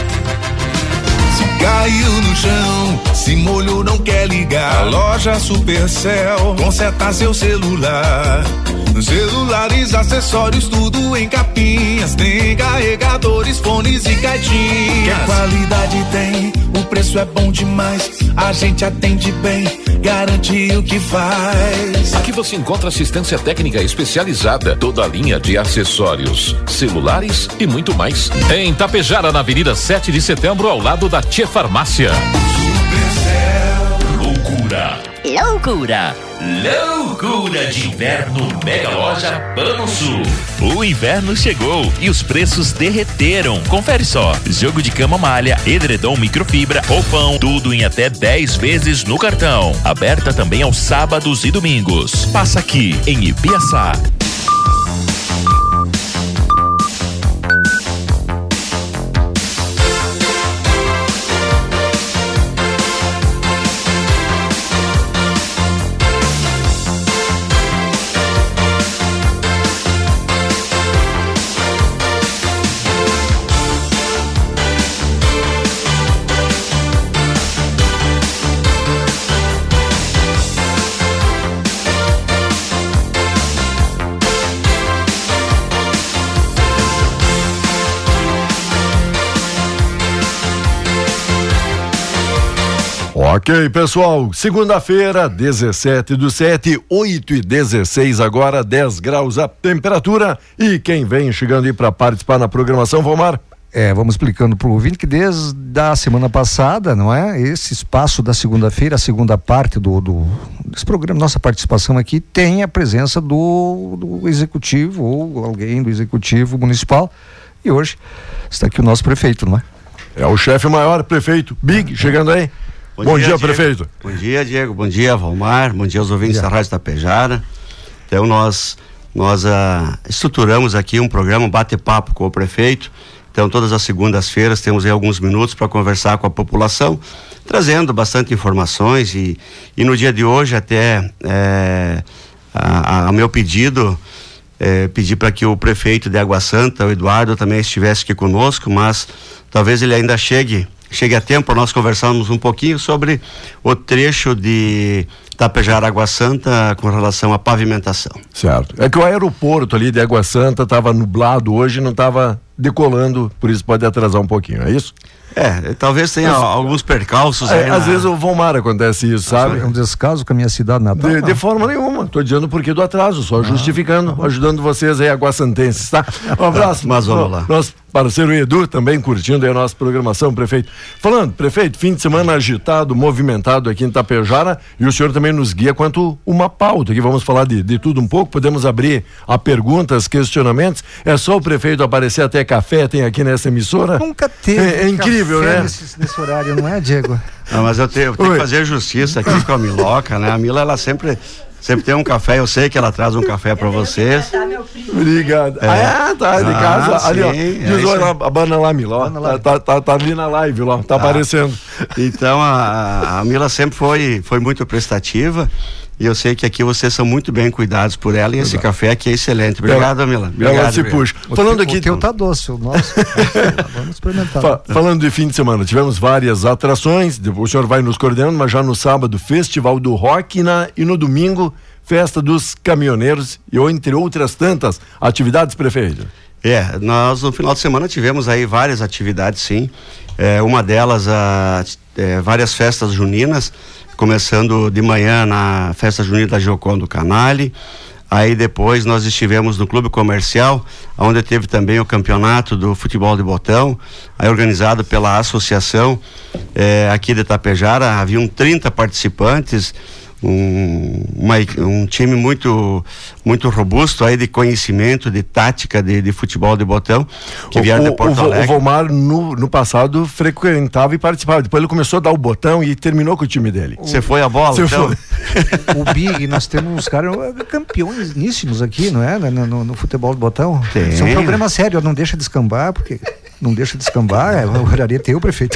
Caiu no chão, se molhou, não quer ligar. A loja Supercell conserta seu celular. Celulares, acessórios, tudo em capinhas. Tem carregadores, fones e caixinhas. Que qualidade tem, o preço é bom demais. A gente atende bem, garante o que faz. Aqui você encontra assistência técnica especializada, toda a linha de acessórios, celulares e muito mais. Em Tapejara, na Avenida sete de Setembro, ao lado da Tia Farmácia. Loucura! Loucura! Loucura de inverno Mega Loja Pano Sul. O inverno chegou e os preços derreteram. Confere só: jogo de cama malha, edredom microfibra, roupão, tudo em até dez vezes no cartão. Aberta também aos sábados e domingos. Passa aqui em Ibiaçá. Ok, pessoal, segunda-feira, dezessete do sete, oito e dezesseis agora, dez graus a temperatura. E quem vem chegando aí para participar na programação, Vomar? É, vamos explicando para o ouvinte que desde a semana passada, não é? Esse espaço da segunda-feira, a segunda parte do, do desse programa, nossa participação aqui, tem a presença do, do executivo ou alguém do executivo municipal. E hoje está aqui o nosso prefeito, não é? É o chefe maior, prefeito Big, chegando aí. Bom, Bom dia, dia prefeito. Bom dia, Diego. Bom dia, Valmar. Bom dia aos ouvintes da Rádio Tapejara. Então nós nós ah, estruturamos aqui um programa, um bate-papo com o prefeito. Então todas as segundas-feiras temos aí alguns minutos para conversar com a população, trazendo bastante informações e, e no dia de hoje até é, a, a meu pedido é, pedi para que o prefeito de Água Santa, o Eduardo, também estivesse aqui conosco, mas talvez ele ainda chegue Chegue a tempo para nós conversarmos um pouquinho sobre o trecho de Tapejara Água Santa com relação à pavimentação. Certo. É que o aeroporto ali de Água Santa estava nublado hoje, não estava decolando, por isso pode atrasar um pouquinho, é isso? É, talvez tenha Mas, alguns percalços é, aí. Às na... vezes o Vomar acontece isso, sabe? É um descaso com a minha cidade natal. De, de forma nenhuma, tô dizendo porque do atraso, só ah, justificando, ah, ajudando vocês aí, aguaçantenses, tá? Um abraço. Mas vamos lá. Nosso parceiro Edu também curtindo aí a nossa programação, prefeito. Falando, prefeito, fim de semana agitado, movimentado aqui em Tapejara, e o senhor também nos guia quanto uma pauta, que vamos falar de, de tudo um pouco, podemos abrir a perguntas, questionamentos, é só o prefeito aparecer até café, tem aqui nessa emissora? Nunca teve. É, é incrível, né? Nesse, nesse horário, não é, Diego? Não, mas eu tenho, eu tenho que fazer justiça aqui com a Miloca, né? A Mila, ela sempre, sempre tem um café, eu sei que ela traz um café pra vocês. Obrigado. É. Ah, tá, de ah, casa. Sim, ali, ó. Diz é a, a bana lá, Mila, ó. Tá, tá, tá, tá ali na live, lá, tá ah. aparecendo. Então, a, a Mila sempre foi, foi muito prestativa. E eu sei que aqui vocês são muito bem cuidados por ela e esse Exato. Café aqui é excelente. Obrigado, Mila. Obrigado. Ela se puxa. Falando teu, aqui. O teu tá doce, o nosso. Vamos experimentar. Fa falando de fim de semana, tivemos várias atrações. O senhor vai nos coordenando, mas já no sábado, Festival do Rock e, na, e no domingo, Festa dos Caminhoneiros e entre outras tantas atividades, prefeito. É, nós no final de semana tivemos aí várias atividades, sim. É, uma delas, a, é, várias festas juninas. Começando de manhã na festa junina da Gioconda Canale, aí depois nós estivemos no Clube Comercial, onde teve também o campeonato do futebol de botão, aí organizado pela associação eh, aqui de Tapejara. Haviam trinta participantes, um, uma, um time muito muito robusto aí de conhecimento, de tática de, de futebol de botão, que vieram de Porto o, Alegre. O Volmar no, no passado frequentava e participava, depois ele começou a dar o botão e terminou com o time dele. Você foi a bola, Você então? O Big, nós temos uns caras campeões aqui, não é? No, no, no futebol de botão. Tem. Isso é um problema sério, não deixa descambar, porque não deixa descambar, é, o horário é teu, prefeito.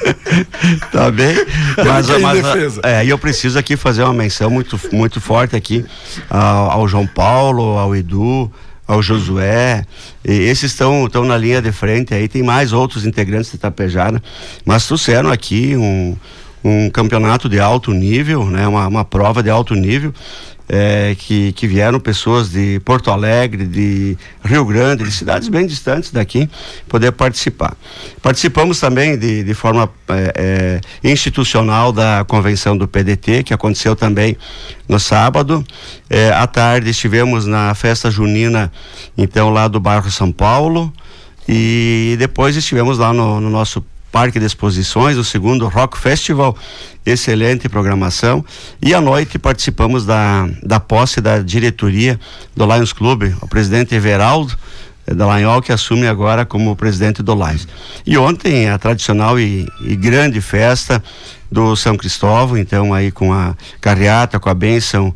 Tá bem? Mas, Tem mas defesa. é, eu preciso aqui fazer uma menção muito, muito forte aqui ao, ao João Paulo, ao Edu, ao Josué, e esses estão estão na linha de frente, aí tem mais outros integrantes de Itapejara, mas trouxeram aqui um, um campeonato de alto nível, né? Uma, uma prova de alto nível, é, que, que vieram pessoas de Porto Alegre, de Rio Grande, de cidades bem distantes daqui, poder participar. Participamos também de, de forma é, é, institucional da convenção do P D T, que aconteceu também no sábado. É, à tarde estivemos na festa junina, então, lá do bairro São Paulo, e depois estivemos lá no, no nosso Parque de Exposições, o segundo Rock Festival, excelente programação, e à noite participamos da, da posse da diretoria do Lions Clube, o presidente Everaldo da Lanhol, que assume agora como presidente do Lions. E ontem a tradicional e, e grande festa do São Cristóvão, então aí com a carreata, com a bênção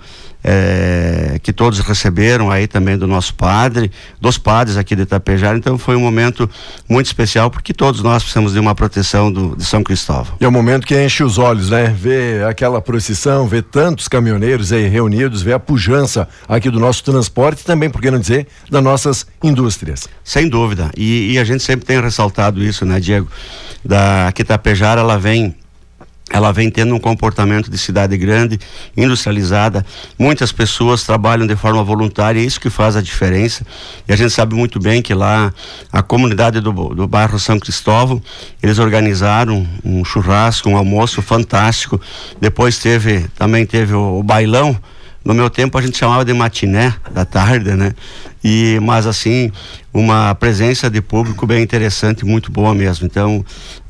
É, que todos receberam aí também do nosso padre, dos padres aqui de Itapejara. Então foi um momento muito especial, porque todos nós precisamos de uma proteção do, de São Cristóvão. E é um momento que enche os olhos, né? Ver aquela procissão, ver tantos caminhoneiros aí reunidos, ver a pujança aqui do nosso transporte e também, por que não dizer, das nossas indústrias. Sem dúvida, e, e a gente sempre tem ressaltado isso, né, Diego? Da que Itapejara, ela vem ela vem tendo um comportamento de cidade grande, industrializada, muitas pessoas trabalham de forma voluntária, é isso que faz a diferença, e a gente sabe muito bem que lá a comunidade do, do bairro São Cristóvão, eles organizaram um churrasco, um almoço fantástico, depois teve, também teve o, o bailão. No meu tempo a gente chamava de matiné da tarde, né? E, mas assim, uma presença de público bem interessante, muito boa mesmo. Então,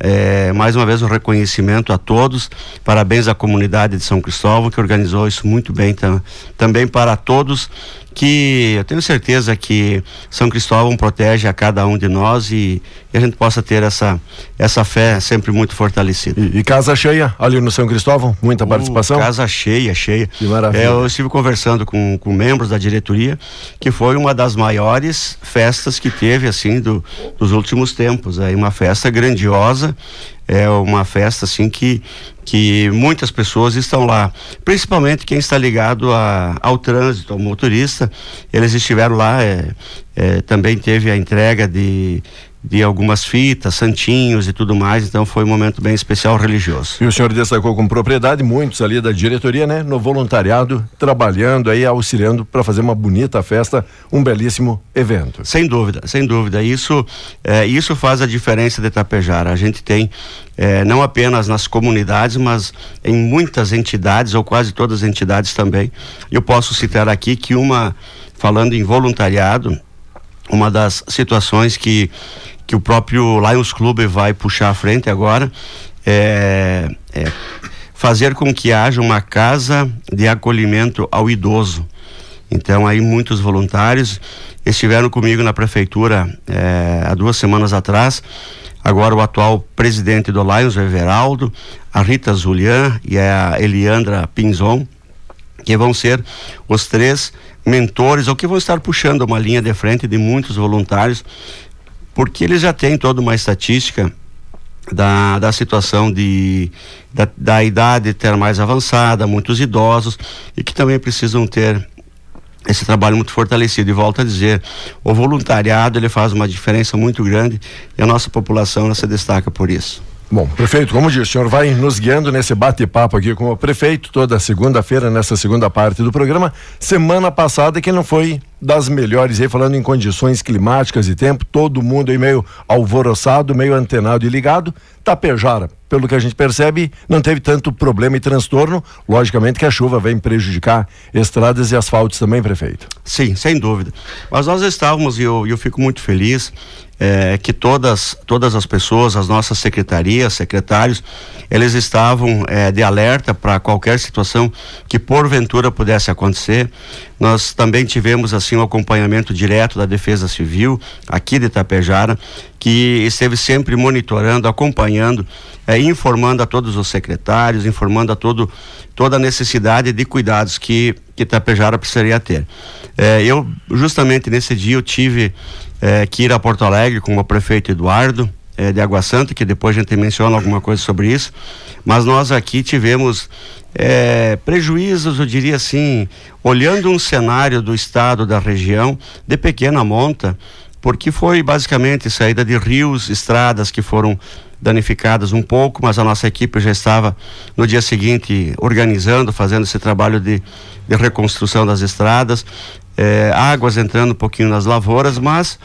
é, mais uma vez um reconhecimento a todos, parabéns à comunidade de São Cristóvão, que organizou isso muito bem, tam, também para todos, que eu tenho certeza que São Cristóvão protege a cada um de nós e, e a gente possa ter essa, essa fé sempre muito fortalecida. E, e casa cheia ali no São Cristóvão, muita uh, participação? Casa cheia, cheia. Que maravilha. É, eu estive conversando com, com membros da diretoria, que foi uma das maiores festas que teve, assim, do, dos últimos tempos. É uma festa grandiosa, é uma festa, assim, que que muitas pessoas estão lá, principalmente quem está ligado a, ao trânsito, ao motorista. Eles estiveram lá, é, é, também teve a entrega de de algumas fitas, santinhos e tudo mais, então foi um momento bem especial religioso. E o senhor destacou com propriedade, muitos ali da diretoria, né, no voluntariado, trabalhando aí, auxiliando para fazer uma bonita festa, um belíssimo evento. Sem dúvida, sem dúvida, isso, é, isso faz a diferença de Itapejara. A gente tem, é, não apenas nas comunidades, mas em muitas entidades, ou quase todas as entidades também. Eu posso citar aqui que uma, falando em voluntariado, uma das situações que, que o próprio Lions Clube vai puxar à frente agora é, é fazer com que haja uma casa de acolhimento ao idoso. Então aí muitos voluntários estiveram comigo na prefeitura é, há duas semanas atrás. Agora o atual presidente do Lions, o Everaldo, a Rita Zulian e a Eliandra Pinzon, que vão ser os três mentores, ou que vão estar puxando uma linha de frente de muitos voluntários, porque eles já têm toda uma estatística da, da situação de, da, da idade ter mais avançada, muitos idosos, e que também precisam ter esse trabalho muito fortalecido. E volto a dizer, o voluntariado, ele faz uma diferença muito grande, e a nossa população, ela se destaca por isso. Bom, prefeito, como disse, o senhor vai nos guiando nesse bate-papo aqui com o prefeito toda segunda-feira, nessa segunda parte do programa. Semana passada, quem não foi das melhores aí, falando em condições climáticas e tempo, todo mundo aí meio alvoroçado, meio antenado e ligado. Tapejara, pelo que a gente percebe, não teve tanto problema e transtorno. Logicamente que a chuva vem prejudicar estradas e asfaltos também, prefeito. Sim, sem dúvida. Mas nós estávamos, e eu, eu fico muito feliz, é, que todas, todas as pessoas, as nossas secretarias, secretários, eles estavam é, de alerta para qualquer situação que porventura pudesse acontecer. Nós também tivemos assim um acompanhamento direto da Defesa Civil aqui de Itapejara, que esteve sempre monitorando, acompanhando, é, informando a todos os secretários, informando a todo, toda a necessidade de cuidados que, que Itapejara precisaria ter. É, eu, justamente nesse dia, eu tive é, que ir a Porto Alegre com o prefeito Eduardo, é, de Água Santa, que depois a gente menciona alguma coisa sobre isso, mas nós aqui tivemos é, prejuízos, eu diria assim, olhando um cenário do estado, da região, de pequena monta, porque foi basicamente saída de rios, estradas que foram danificadas um pouco, mas a nossa equipe já estava no dia seguinte organizando, fazendo esse trabalho de, de reconstrução das estradas, é, águas entrando um pouquinho nas lavouras, mas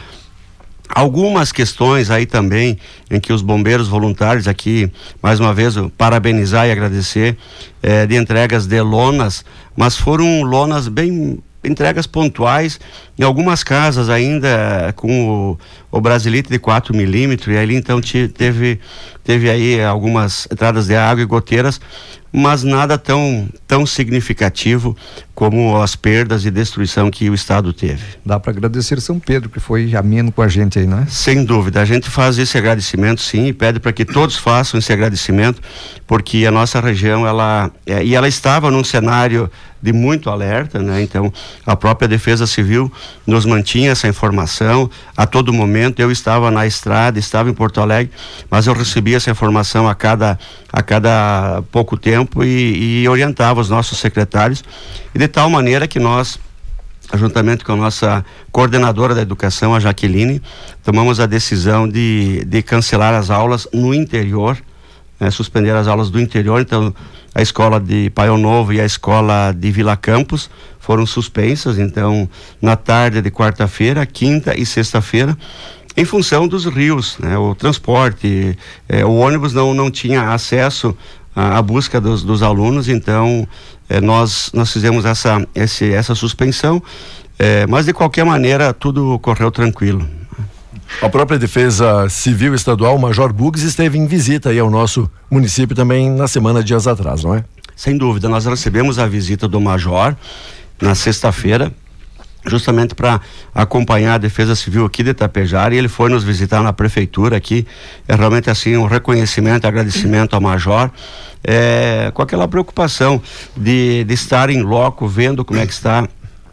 algumas questões aí também em que os bombeiros voluntários aqui, mais uma vez, parabenizar e agradecer, é, de entregas de lonas, mas foram lonas bem entregas pontuais, em algumas casas ainda com o, o brasilite de quatro milímetros, e ali então te, teve, teve aí algumas entradas de água e goteiras, mas nada tão, tão significativo como as perdas e destruição que o estado teve. Dá para agradecer São Pedro, que foi ameno com a gente aí, né? Sem dúvida, a gente faz esse agradecimento sim, e pede para que todos façam esse agradecimento, porque a nossa região, ela, é, e ela estava num cenário de muito alerta, né? Então, a própria Defesa Civil nos mantinha essa informação a todo momento. Eu estava na estrada, estava em Porto Alegre, mas eu recebia essa informação a cada, a cada pouco tempo e, e orientava os nossos secretários, e de tal maneira que nós, juntamente com a nossa coordenadora da educação, a Jaqueline, tomamos a decisão de, de cancelar as aulas no interior, né? Suspender as aulas do interior. Então, a escola de Paiol Novo e a escola de Vila Campos foram suspensas, então, na tarde de quarta-feira, quinta e sexta-feira, em função dos rios, né? O transporte, eh, o ônibus não, não tinha acesso à, à busca dos, dos alunos, então eh, nós, nós fizemos essa, esse, essa suspensão, eh, mas de qualquer maneira tudo correu tranquilo. A própria Defesa Civil Estadual, o Major Bugs, esteve em visita aí ao nosso município também na semana, dias atrás, não é? Sem dúvida, nós recebemos a visita do Major na sexta-feira, justamente para acompanhar a Defesa Civil aqui de Itapejara, e ele foi nos visitar na prefeitura aqui. É realmente assim um reconhecimento, agradecimento ao Major, é, com aquela preocupação de, de estar em loco, vendo como é que está,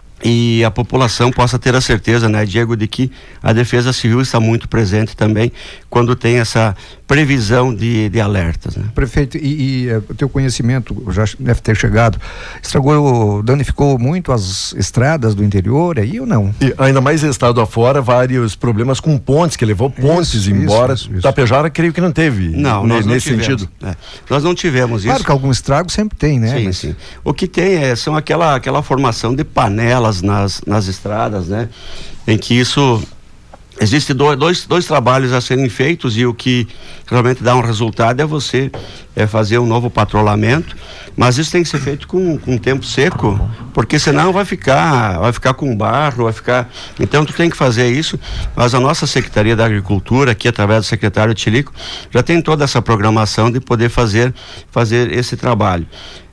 e a população possa ter a certeza, né, Diego, de que a Defesa Civil está muito presente também quando tem essa previsão de, de alertas, né? Prefeito, e, e o teu conhecimento já deve ter chegado, estragou, danificou muito as estradas do interior aí ou não? E ainda mais estado afora, vários problemas com pontes, que levou pontes isso, embora. Isso, isso. Tapejara, creio que não teve. Não, nós não nesse tivemos, sentido. É. Nós não tivemos claro isso. Que algum estrago sempre tem, né? Sim, Mas... sim. O que tem é, são aquela, aquela formação de panelas nas, nas estradas, né? Em que isso... Existem dois, dois, dois trabalhos a serem feitos, e o que realmente dá um resultado é você é, fazer um novo patrulhamento, mas isso tem que ser feito com, com tempo seco, porque senão vai ficar, vai ficar com barro, vai ficar... Então tu tem que fazer isso, mas a nossa Secretaria da Agricultura, aqui através do secretário Tilico, já tem toda essa programação de poder fazer, fazer esse trabalho.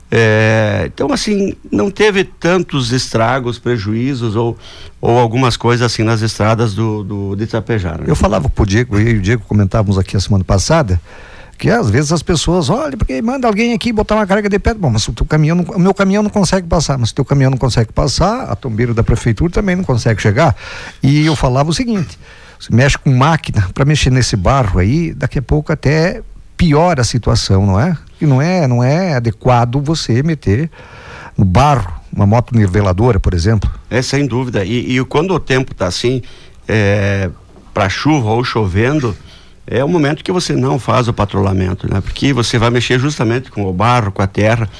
É, então assim, não teve tantos estragos, prejuízos ou, ou algumas coisas assim nas estradas do, do, de Itapejara. Eu falava pro Diego, eu e o Diego comentávamos aqui a semana passada, que às vezes as pessoas, olha, porque manda alguém aqui botar uma carga de pedra, bom, mas o teu caminhão, não, o meu caminhão não consegue passar, mas se o teu caminhão não consegue passar, a tombeira da prefeitura também não consegue chegar. E eu falava o seguinte, você mexe com máquina para mexer nesse barro aí, daqui a pouco até piora a situação, não é? E não é, não é adequado você meter no barro uma moto niveladora, por exemplo. É, sem dúvida. E, e quando o tempo está assim, é, para chuva ou chovendo, é o momento que você não faz o patrulhamento, né? Porque você vai mexer justamente com o barro, com a terra,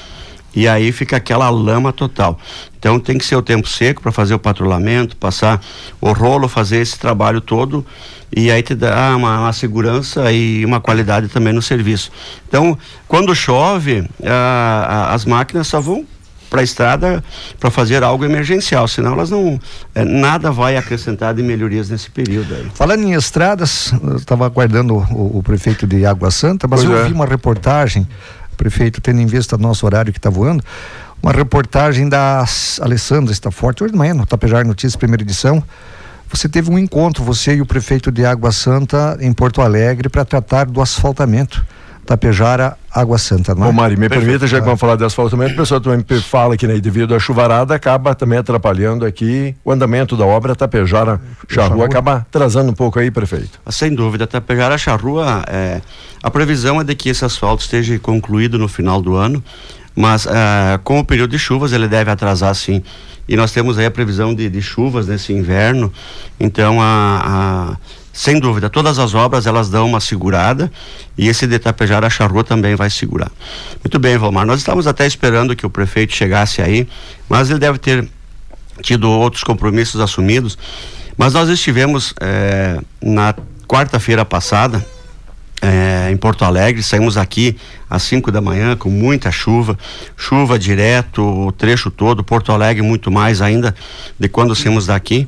e aí fica aquela lama total. Então tem que ser o tempo seco para fazer o patrulhamento, passar o rolo, fazer esse trabalho todo, e aí te dá uma, uma segurança e uma qualidade também no serviço. Então, quando chove, a, a, as máquinas só vão para a estrada para fazer algo emergencial, senão elas não, é, nada vai acrescentar de melhorias nesse período aí. Falando em estradas, eu estava aguardando o, o prefeito de Água Santa, mas pois eu é. vi uma reportagem, prefeito, tendo em vista nosso horário que está voando, uma reportagem da Alessandra Staforte, hoje de manhã no Tapejara Notícias, primeira edição. Você teve um encontro, você e o prefeito de Água Santa em Porto Alegre, para tratar do asfaltamento Tapejara, Água Santa, não é? Bom, Mari, me Perfeito. permita, já que vamos falar de asfaltamento, o pessoal também fala que, né, devido à chuvarada, acaba também atrapalhando aqui o andamento da obra Tapejara, Charrua, acaba atrasando um pouco aí, prefeito. Sem dúvida, Tapejara, Charrua, é, a previsão é de que esse asfalto esteja concluído no final do ano, mas é, com o período de chuvas ele deve atrasar sim, e nós temos aí a previsão de, de chuvas nesse inverno, então a, a sem dúvida, todas as obras elas dão uma segurada, e esse de Tapejara Charrua também vai segurar. Muito bem, Valmar, nós estávamos até esperando que o prefeito chegasse aí, mas ele deve ter tido outros compromissos assumidos, mas nós estivemos é, na quarta-feira passada é, em Porto Alegre, saímos aqui às cinco da manhã com muita chuva, chuva direto, o trecho todo, Porto Alegre muito mais ainda de quando saímos daqui.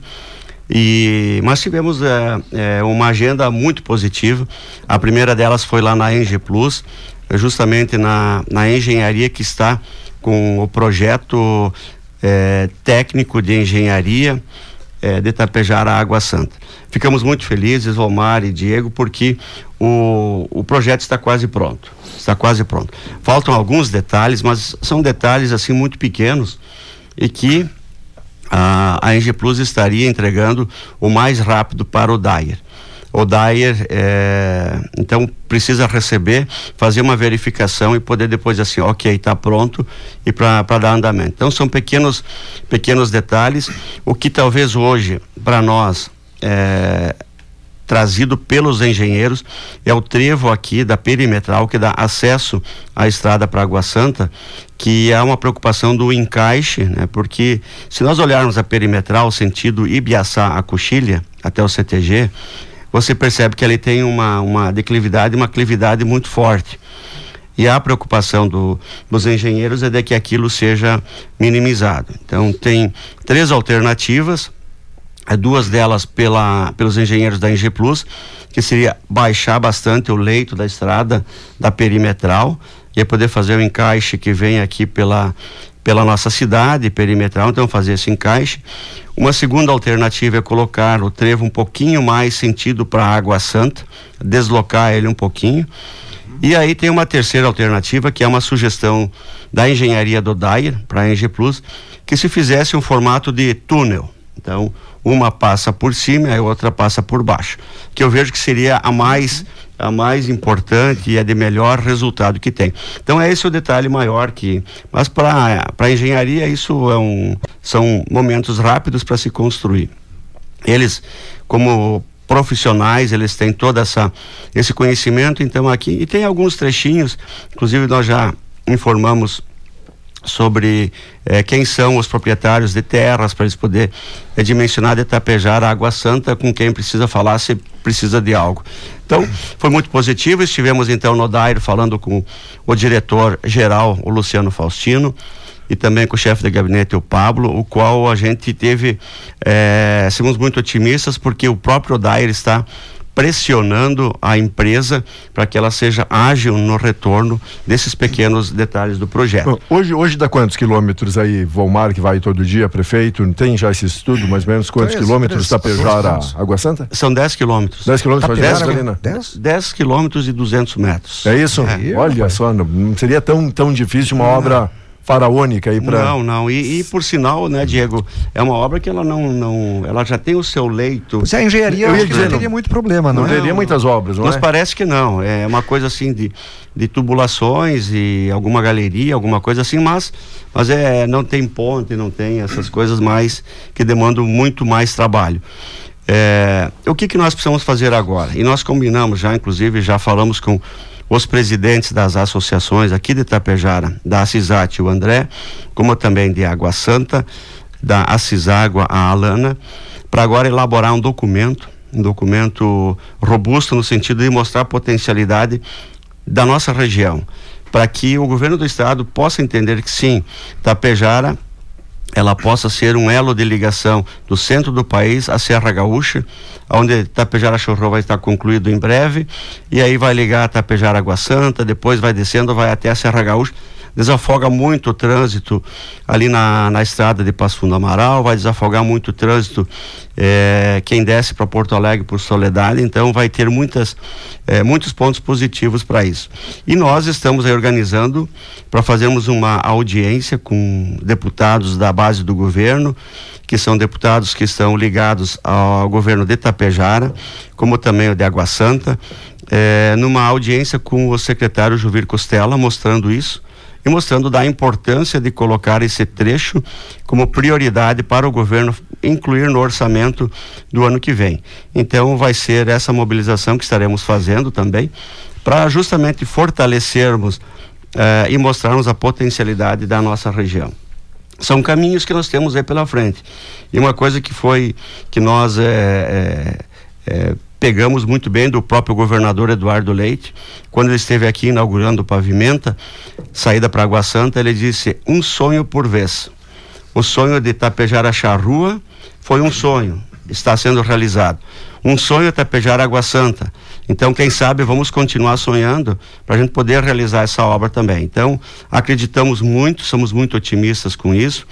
E, mas tivemos é, é, uma agenda muito positiva. A primeira delas foi lá na Eng Plus, justamente na, na engenharia que está com o projeto é, técnico de engenharia é, de Tapejara Água Santa. Ficamos muito felizes, Valmar e Diego, porque o, o projeto está quase pronto. Está quase pronto. Faltam alguns detalhes, mas são detalhes assim muito pequenos e que A, a Eng Plus estaria entregando o mais rápido para o Dyer. O Dyer, é, então, precisa receber, fazer uma verificação e poder depois assim, ok, está pronto, e para dar andamento. Então, são pequenos, pequenos detalhes. O que talvez hoje, para nós, é, trazido pelos engenheiros, é o trevo aqui da perimetral que dá acesso à estrada para Água Santa, que é uma preocupação do encaixe, né? Porque se nós olharmos a perimetral sentido Ibiaçá a Coxilha até o C T G, você percebe que ali tem uma, uma declividade, uma clividade muito forte. E a preocupação do, dos engenheiros é de que aquilo seja minimizado. Então tem três alternativas, duas delas pela, pelos engenheiros da Eng Plus, que seria baixar bastante o leito da estrada da perimetral e poder fazer o encaixe que vem aqui pela, pela nossa cidade perimetral, então fazer esse encaixe. Uma segunda alternativa é colocar o trevo um pouquinho mais sentido para Água Santa, deslocar ele um pouquinho. E aí tem uma terceira alternativa, que é uma sugestão da engenharia do Dyer para a Eng Plus, que se fizesse um formato de túnel. Então, uma passa por cima e a outra passa por baixo, que eu vejo que seria a mais a mais importante e a de melhor resultado que tem. Então é esse o detalhe maior que, mas para para engenharia isso é um, são momentos rápidos para se construir. Eles, como profissionais, eles têm toda essa esse conhecimento, então aqui, e tem alguns trechinhos, inclusive nós já informamos sobre eh, quem são os proprietários de terras, para eles poderem eh, dimensionar de Tapejara Água Santa com quem precisa falar se precisa de algo. Então, foi muito positivo. Estivemos então no Dyer falando com o diretor-geral, o Luciano Faustino, e também com o chefe de gabinete, o Pablo, o qual a gente teve, eh, somos muito otimistas, porque o próprio Dyer está pressionando a empresa para que ela seja ágil no retorno desses pequenos detalhes do projeto. Hoje, hoje dá quantos quilômetros aí, Valmar, que vai todo dia, prefeito? Tem já esse estudo, mais ou menos, quantos três, quilômetros Tapejara Água Santa? São dez quilômetros. dez quilômetros, dez, dez, dez quilômetros e duzentos metros. É isso? É. Olha só, não, não seria tão, tão difícil uma não. obra faraônica aí para... Não, não, e, e por sinal, né, Diego, é uma obra que ela não, não ela já tem o seu leito. Se a engenharia eu ia dizer, não teria muito problema, não, não é? teria muitas obras, não Nos é? parece que não, é uma coisa assim de, de tubulações e alguma galeria, alguma coisa assim, mas, mas é, não tem ponte, não tem essas coisas mais, que demandam muito mais trabalho. É, o que que nós precisamos fazer agora? E nós combinamos já, inclusive, já falamos com os presidentes das associações aqui de Tapejara, da Assisat, o André, como também de Água Santa, da Assiságua, a Alana, para agora elaborar um documento, um documento robusto no sentido de mostrar a potencialidade da nossa região, para que o governo do estado possa entender que sim, Tapejara ela possa ser um elo de ligação do centro do país à Serra Gaúcha, onde Tapejara Chorrô vai estar concluído em breve, e aí vai ligar a Tapejara Água Santa, depois vai descendo, vai até a Serra Gaúcha, desafoga muito o trânsito ali na, na estrada de Passo Fundo Amaral, vai desafogar muito o trânsito eh, quem desce para Porto Alegre por Soledade, então vai ter muitas, eh, muitos pontos positivos para isso. E nós estamos aí organizando para fazermos uma audiência com deputados da base do governo, que são deputados que estão ligados ao governo de Tapejara, como também o de Água Santa, eh, numa audiência com o secretário Juvir Costela, mostrando isso, e mostrando da importância de colocar esse trecho como prioridade para o governo incluir no orçamento do ano que vem. Então vai ser essa mobilização que estaremos fazendo também, para justamente fortalecermos eh, e mostrarmos a potencialidade da nossa região. São caminhos que nós temos aí pela frente. E uma coisa que foi, que nós é, é, é, pegamos muito bem do próprio governador Eduardo Leite, quando ele esteve aqui inaugurando o Pavimenta, saída para Água Santa, ele disse, um sonho por vez. O sonho de Tapejara Charrua foi um sonho, está sendo realizado. Um sonho é Tapejara Água Santa. Então, quem sabe, vamos continuar sonhando para a gente poder realizar essa obra também. Então, acreditamos muito, somos muito otimistas com isso,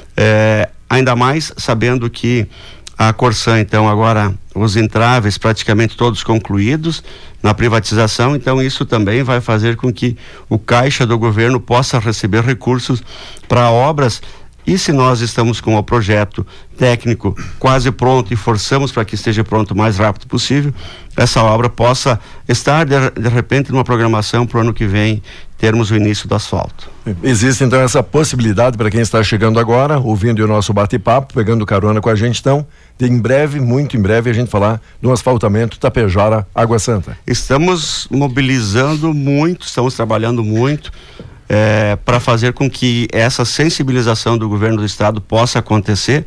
é, ainda mais sabendo que a Corsã, então, agora os entraves praticamente todos concluídos na privatização, então isso também vai fazer com que o caixa do governo possa receber recursos para obras. E se nós estamos com o projeto técnico quase pronto e forçamos para que esteja pronto o mais rápido possível, essa obra possa estar de, de repente numa programação para o ano que vem termos o início do asfalto. Existe então essa possibilidade para quem está chegando agora, ouvindo o nosso bate-papo, pegando carona com a gente, então, de em breve, muito em breve, a gente falar do asfaltamento Tapejara Água Santa. Estamos mobilizando muito, estamos trabalhando muito É, para fazer com que essa sensibilização do governo do estado possa acontecer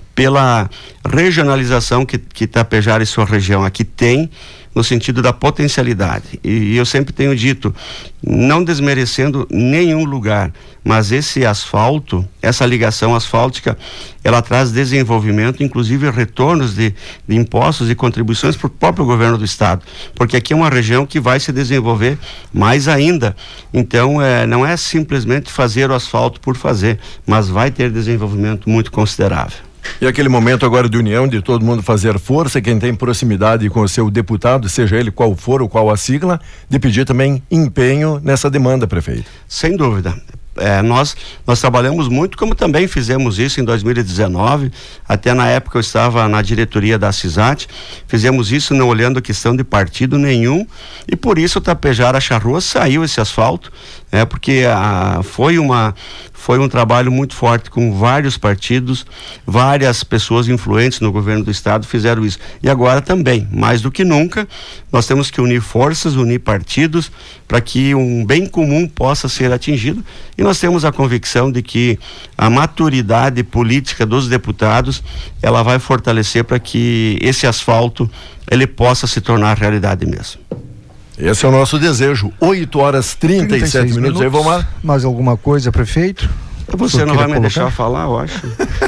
pela regionalização que, que Tapejara e sua região aqui tem, no sentido da potencialidade. E, e eu sempre tenho dito, não desmerecendo nenhum lugar, mas esse asfalto, essa ligação asfáltica, ela traz desenvolvimento, inclusive retornos de, de impostos e contribuições para o próprio governo do estado, porque aqui é uma região que vai se desenvolver mais ainda. Então, é, não é simplesmente fazer o asfalto por fazer, mas vai ter desenvolvimento muito considerável. E aquele momento agora de união, de todo mundo fazer força, quem tem proximidade com o seu deputado, seja ele qual for ou qual a sigla, de pedir também empenho nessa demanda, prefeito. Sem dúvida. É, nós, nós trabalhamos muito, como também fizemos isso em dois mil e dezenove, até na época eu estava na diretoria da Assisat, fizemos isso não olhando a questão de partido nenhum, e por isso o Tapejara Charrua saiu esse asfalto, é, porque a, foi uma foi um trabalho muito forte com vários partidos, várias pessoas influentes no governo do estado fizeram isso. E agora também, mais do que nunca, nós temos que unir forças, unir partidos, para que um bem comum possa ser atingido. E nós temos a convicção de que a maturidade política dos deputados, ela vai fortalecer para que esse asfalto, ele possa se tornar realidade mesmo. Esse é o nosso desejo. oito horas e trinta e sete minutos. Aí, Vomar. Mais alguma coisa, prefeito? Você não vai me colocar? Deixar falar, eu acho.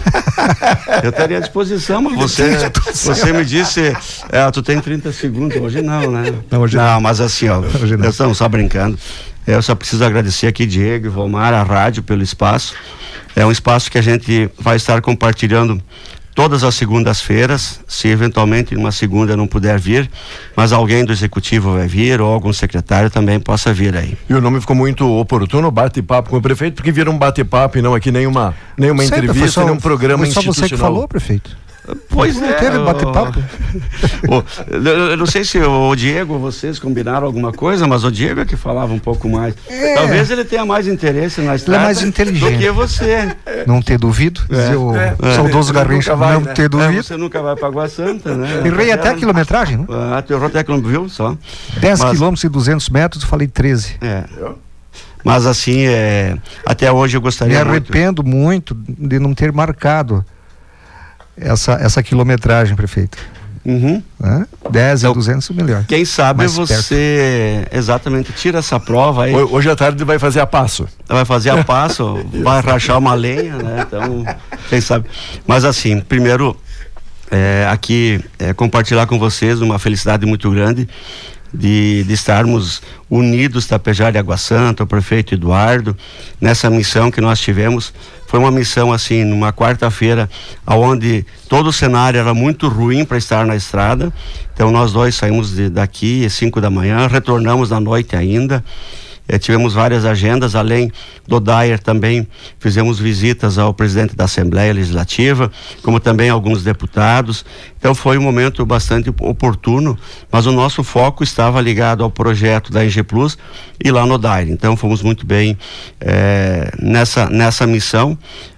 Eu estaria à disposição, mas você, você me disse, é, tu tem trinta segundos, hoje não, né? Não, hoje não, não. Mas assim, ó, hoje não. Eu estou só brincando. Eu só preciso agradecer aqui, Diego e Vomar, a rádio pelo espaço. É um espaço que a gente vai estar compartilhando todas as segundas-feiras, se eventualmente numa segunda não puder vir, mas alguém do executivo vai vir ou algum secretário também possa vir aí. E o nome ficou muito oportuno, bate-papo com o prefeito, porque vira um bate-papo e não aqui nenhuma, nenhuma Senta, entrevista, só, nenhum programa foi só institucional. Você que falou, prefeito? Pois não é. teve bate-papo. Eu não sei se o Diego, vocês combinaram alguma coisa, mas o Diego é que falava um pouco mais. É. Talvez ele tenha mais interesse na estrada. Ele é mais inteligente do que você. Não ter duvido. É. O é. saudoso Garrincha, vai, não né? ter duvido. É, você nunca vai para Água Santa, né? Errei até a quilometragem, né? Ah, tu errou até a quilometragem, viu? Só. dez quilômetros e duzentos metros, eu falei treze. É. Mas assim, é, até hoje eu gostaria. Me arrependo muito, muito de não ter marcado essa, essa quilometragem, prefeito. Uhum. Né? dez então, e duzentos melhor. Quem sabe mais você perto. Exatamente tira essa prova aí. Hoje à tarde vai fazer a passo. Vai fazer a passo, vai rachar uma lenha, né? Então, quem sabe. Mas assim, primeiro, é, aqui é, compartilhar com vocês uma felicidade muito grande. De, de estarmos unidos, Tapejara e Água Santa, o prefeito Eduardo, nessa missão que nós tivemos. Foi uma missão assim, numa quarta-feira, onde todo o cenário era muito ruim para estar na estrada. Então nós dois saímos de, daqui às cinco da manhã, retornamos na noite ainda. Eh, tivemos várias agendas, além do Dyer também fizemos visitas ao presidente da Assembleia Legislativa, como também alguns deputados. Então foi um momento bastante oportuno, mas o nosso foco estava ligado ao projeto da Engie Plus e lá no Dyer. Então fomos muito bem eh, nessa, nessa missão.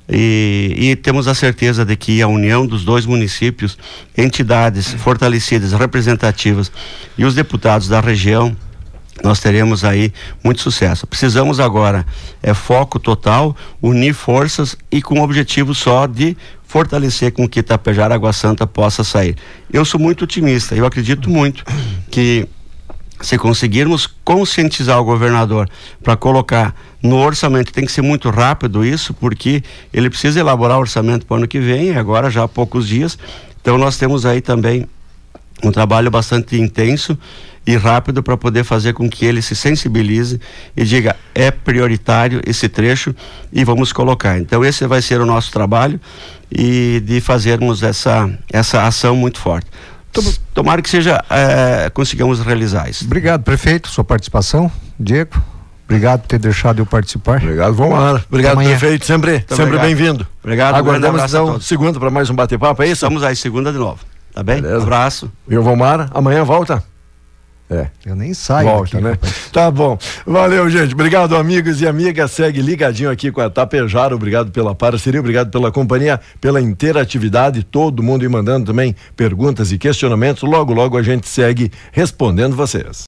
E, e temos a certeza de que a união dos dois municípios, entidades fortalecidas, representativas e os deputados da região, nós teremos aí muito sucesso. Precisamos agora é foco total, unir forças e com o objetivo só de fortalecer com que Tapejara Água Santa possa sair. Eu sou muito otimista, eu acredito muito que se conseguirmos conscientizar o governador para colocar no orçamento, tem que ser muito rápido isso, porque ele precisa elaborar o orçamento para o ano que vem, agora já há poucos dias. Então nós temos aí também um trabalho bastante intenso e rápido para poder fazer com que ele se sensibilize e diga, é prioritário esse trecho e vamos colocar. Então esse vai ser o nosso trabalho e de fazermos essa, essa ação muito forte. Tomara que seja, é, consigamos realizar isso. Obrigado, prefeito, sua participação. Diego, obrigado por ter deixado eu participar. Obrigado, Vomar. Obrigado, prefeito, sempre, sempre bem-vindo. Obrigado. Aguardamos então segunda para mais um bate-papo, é isso? Estamos aí segunda de novo, tá bem? Beleza. Um abraço. E o Vomar, amanhã volta? É. Eu nem saio Volta, daqui, né? rapaz. Tá bom. Valeu, gente. Obrigado, amigos e amigas. Segue ligadinho aqui com a Tapejara. Obrigado pela parceria, obrigado pela companhia, pela interatividade. Todo mundo me mandando também perguntas e questionamentos. Logo, logo a gente segue respondendo vocês.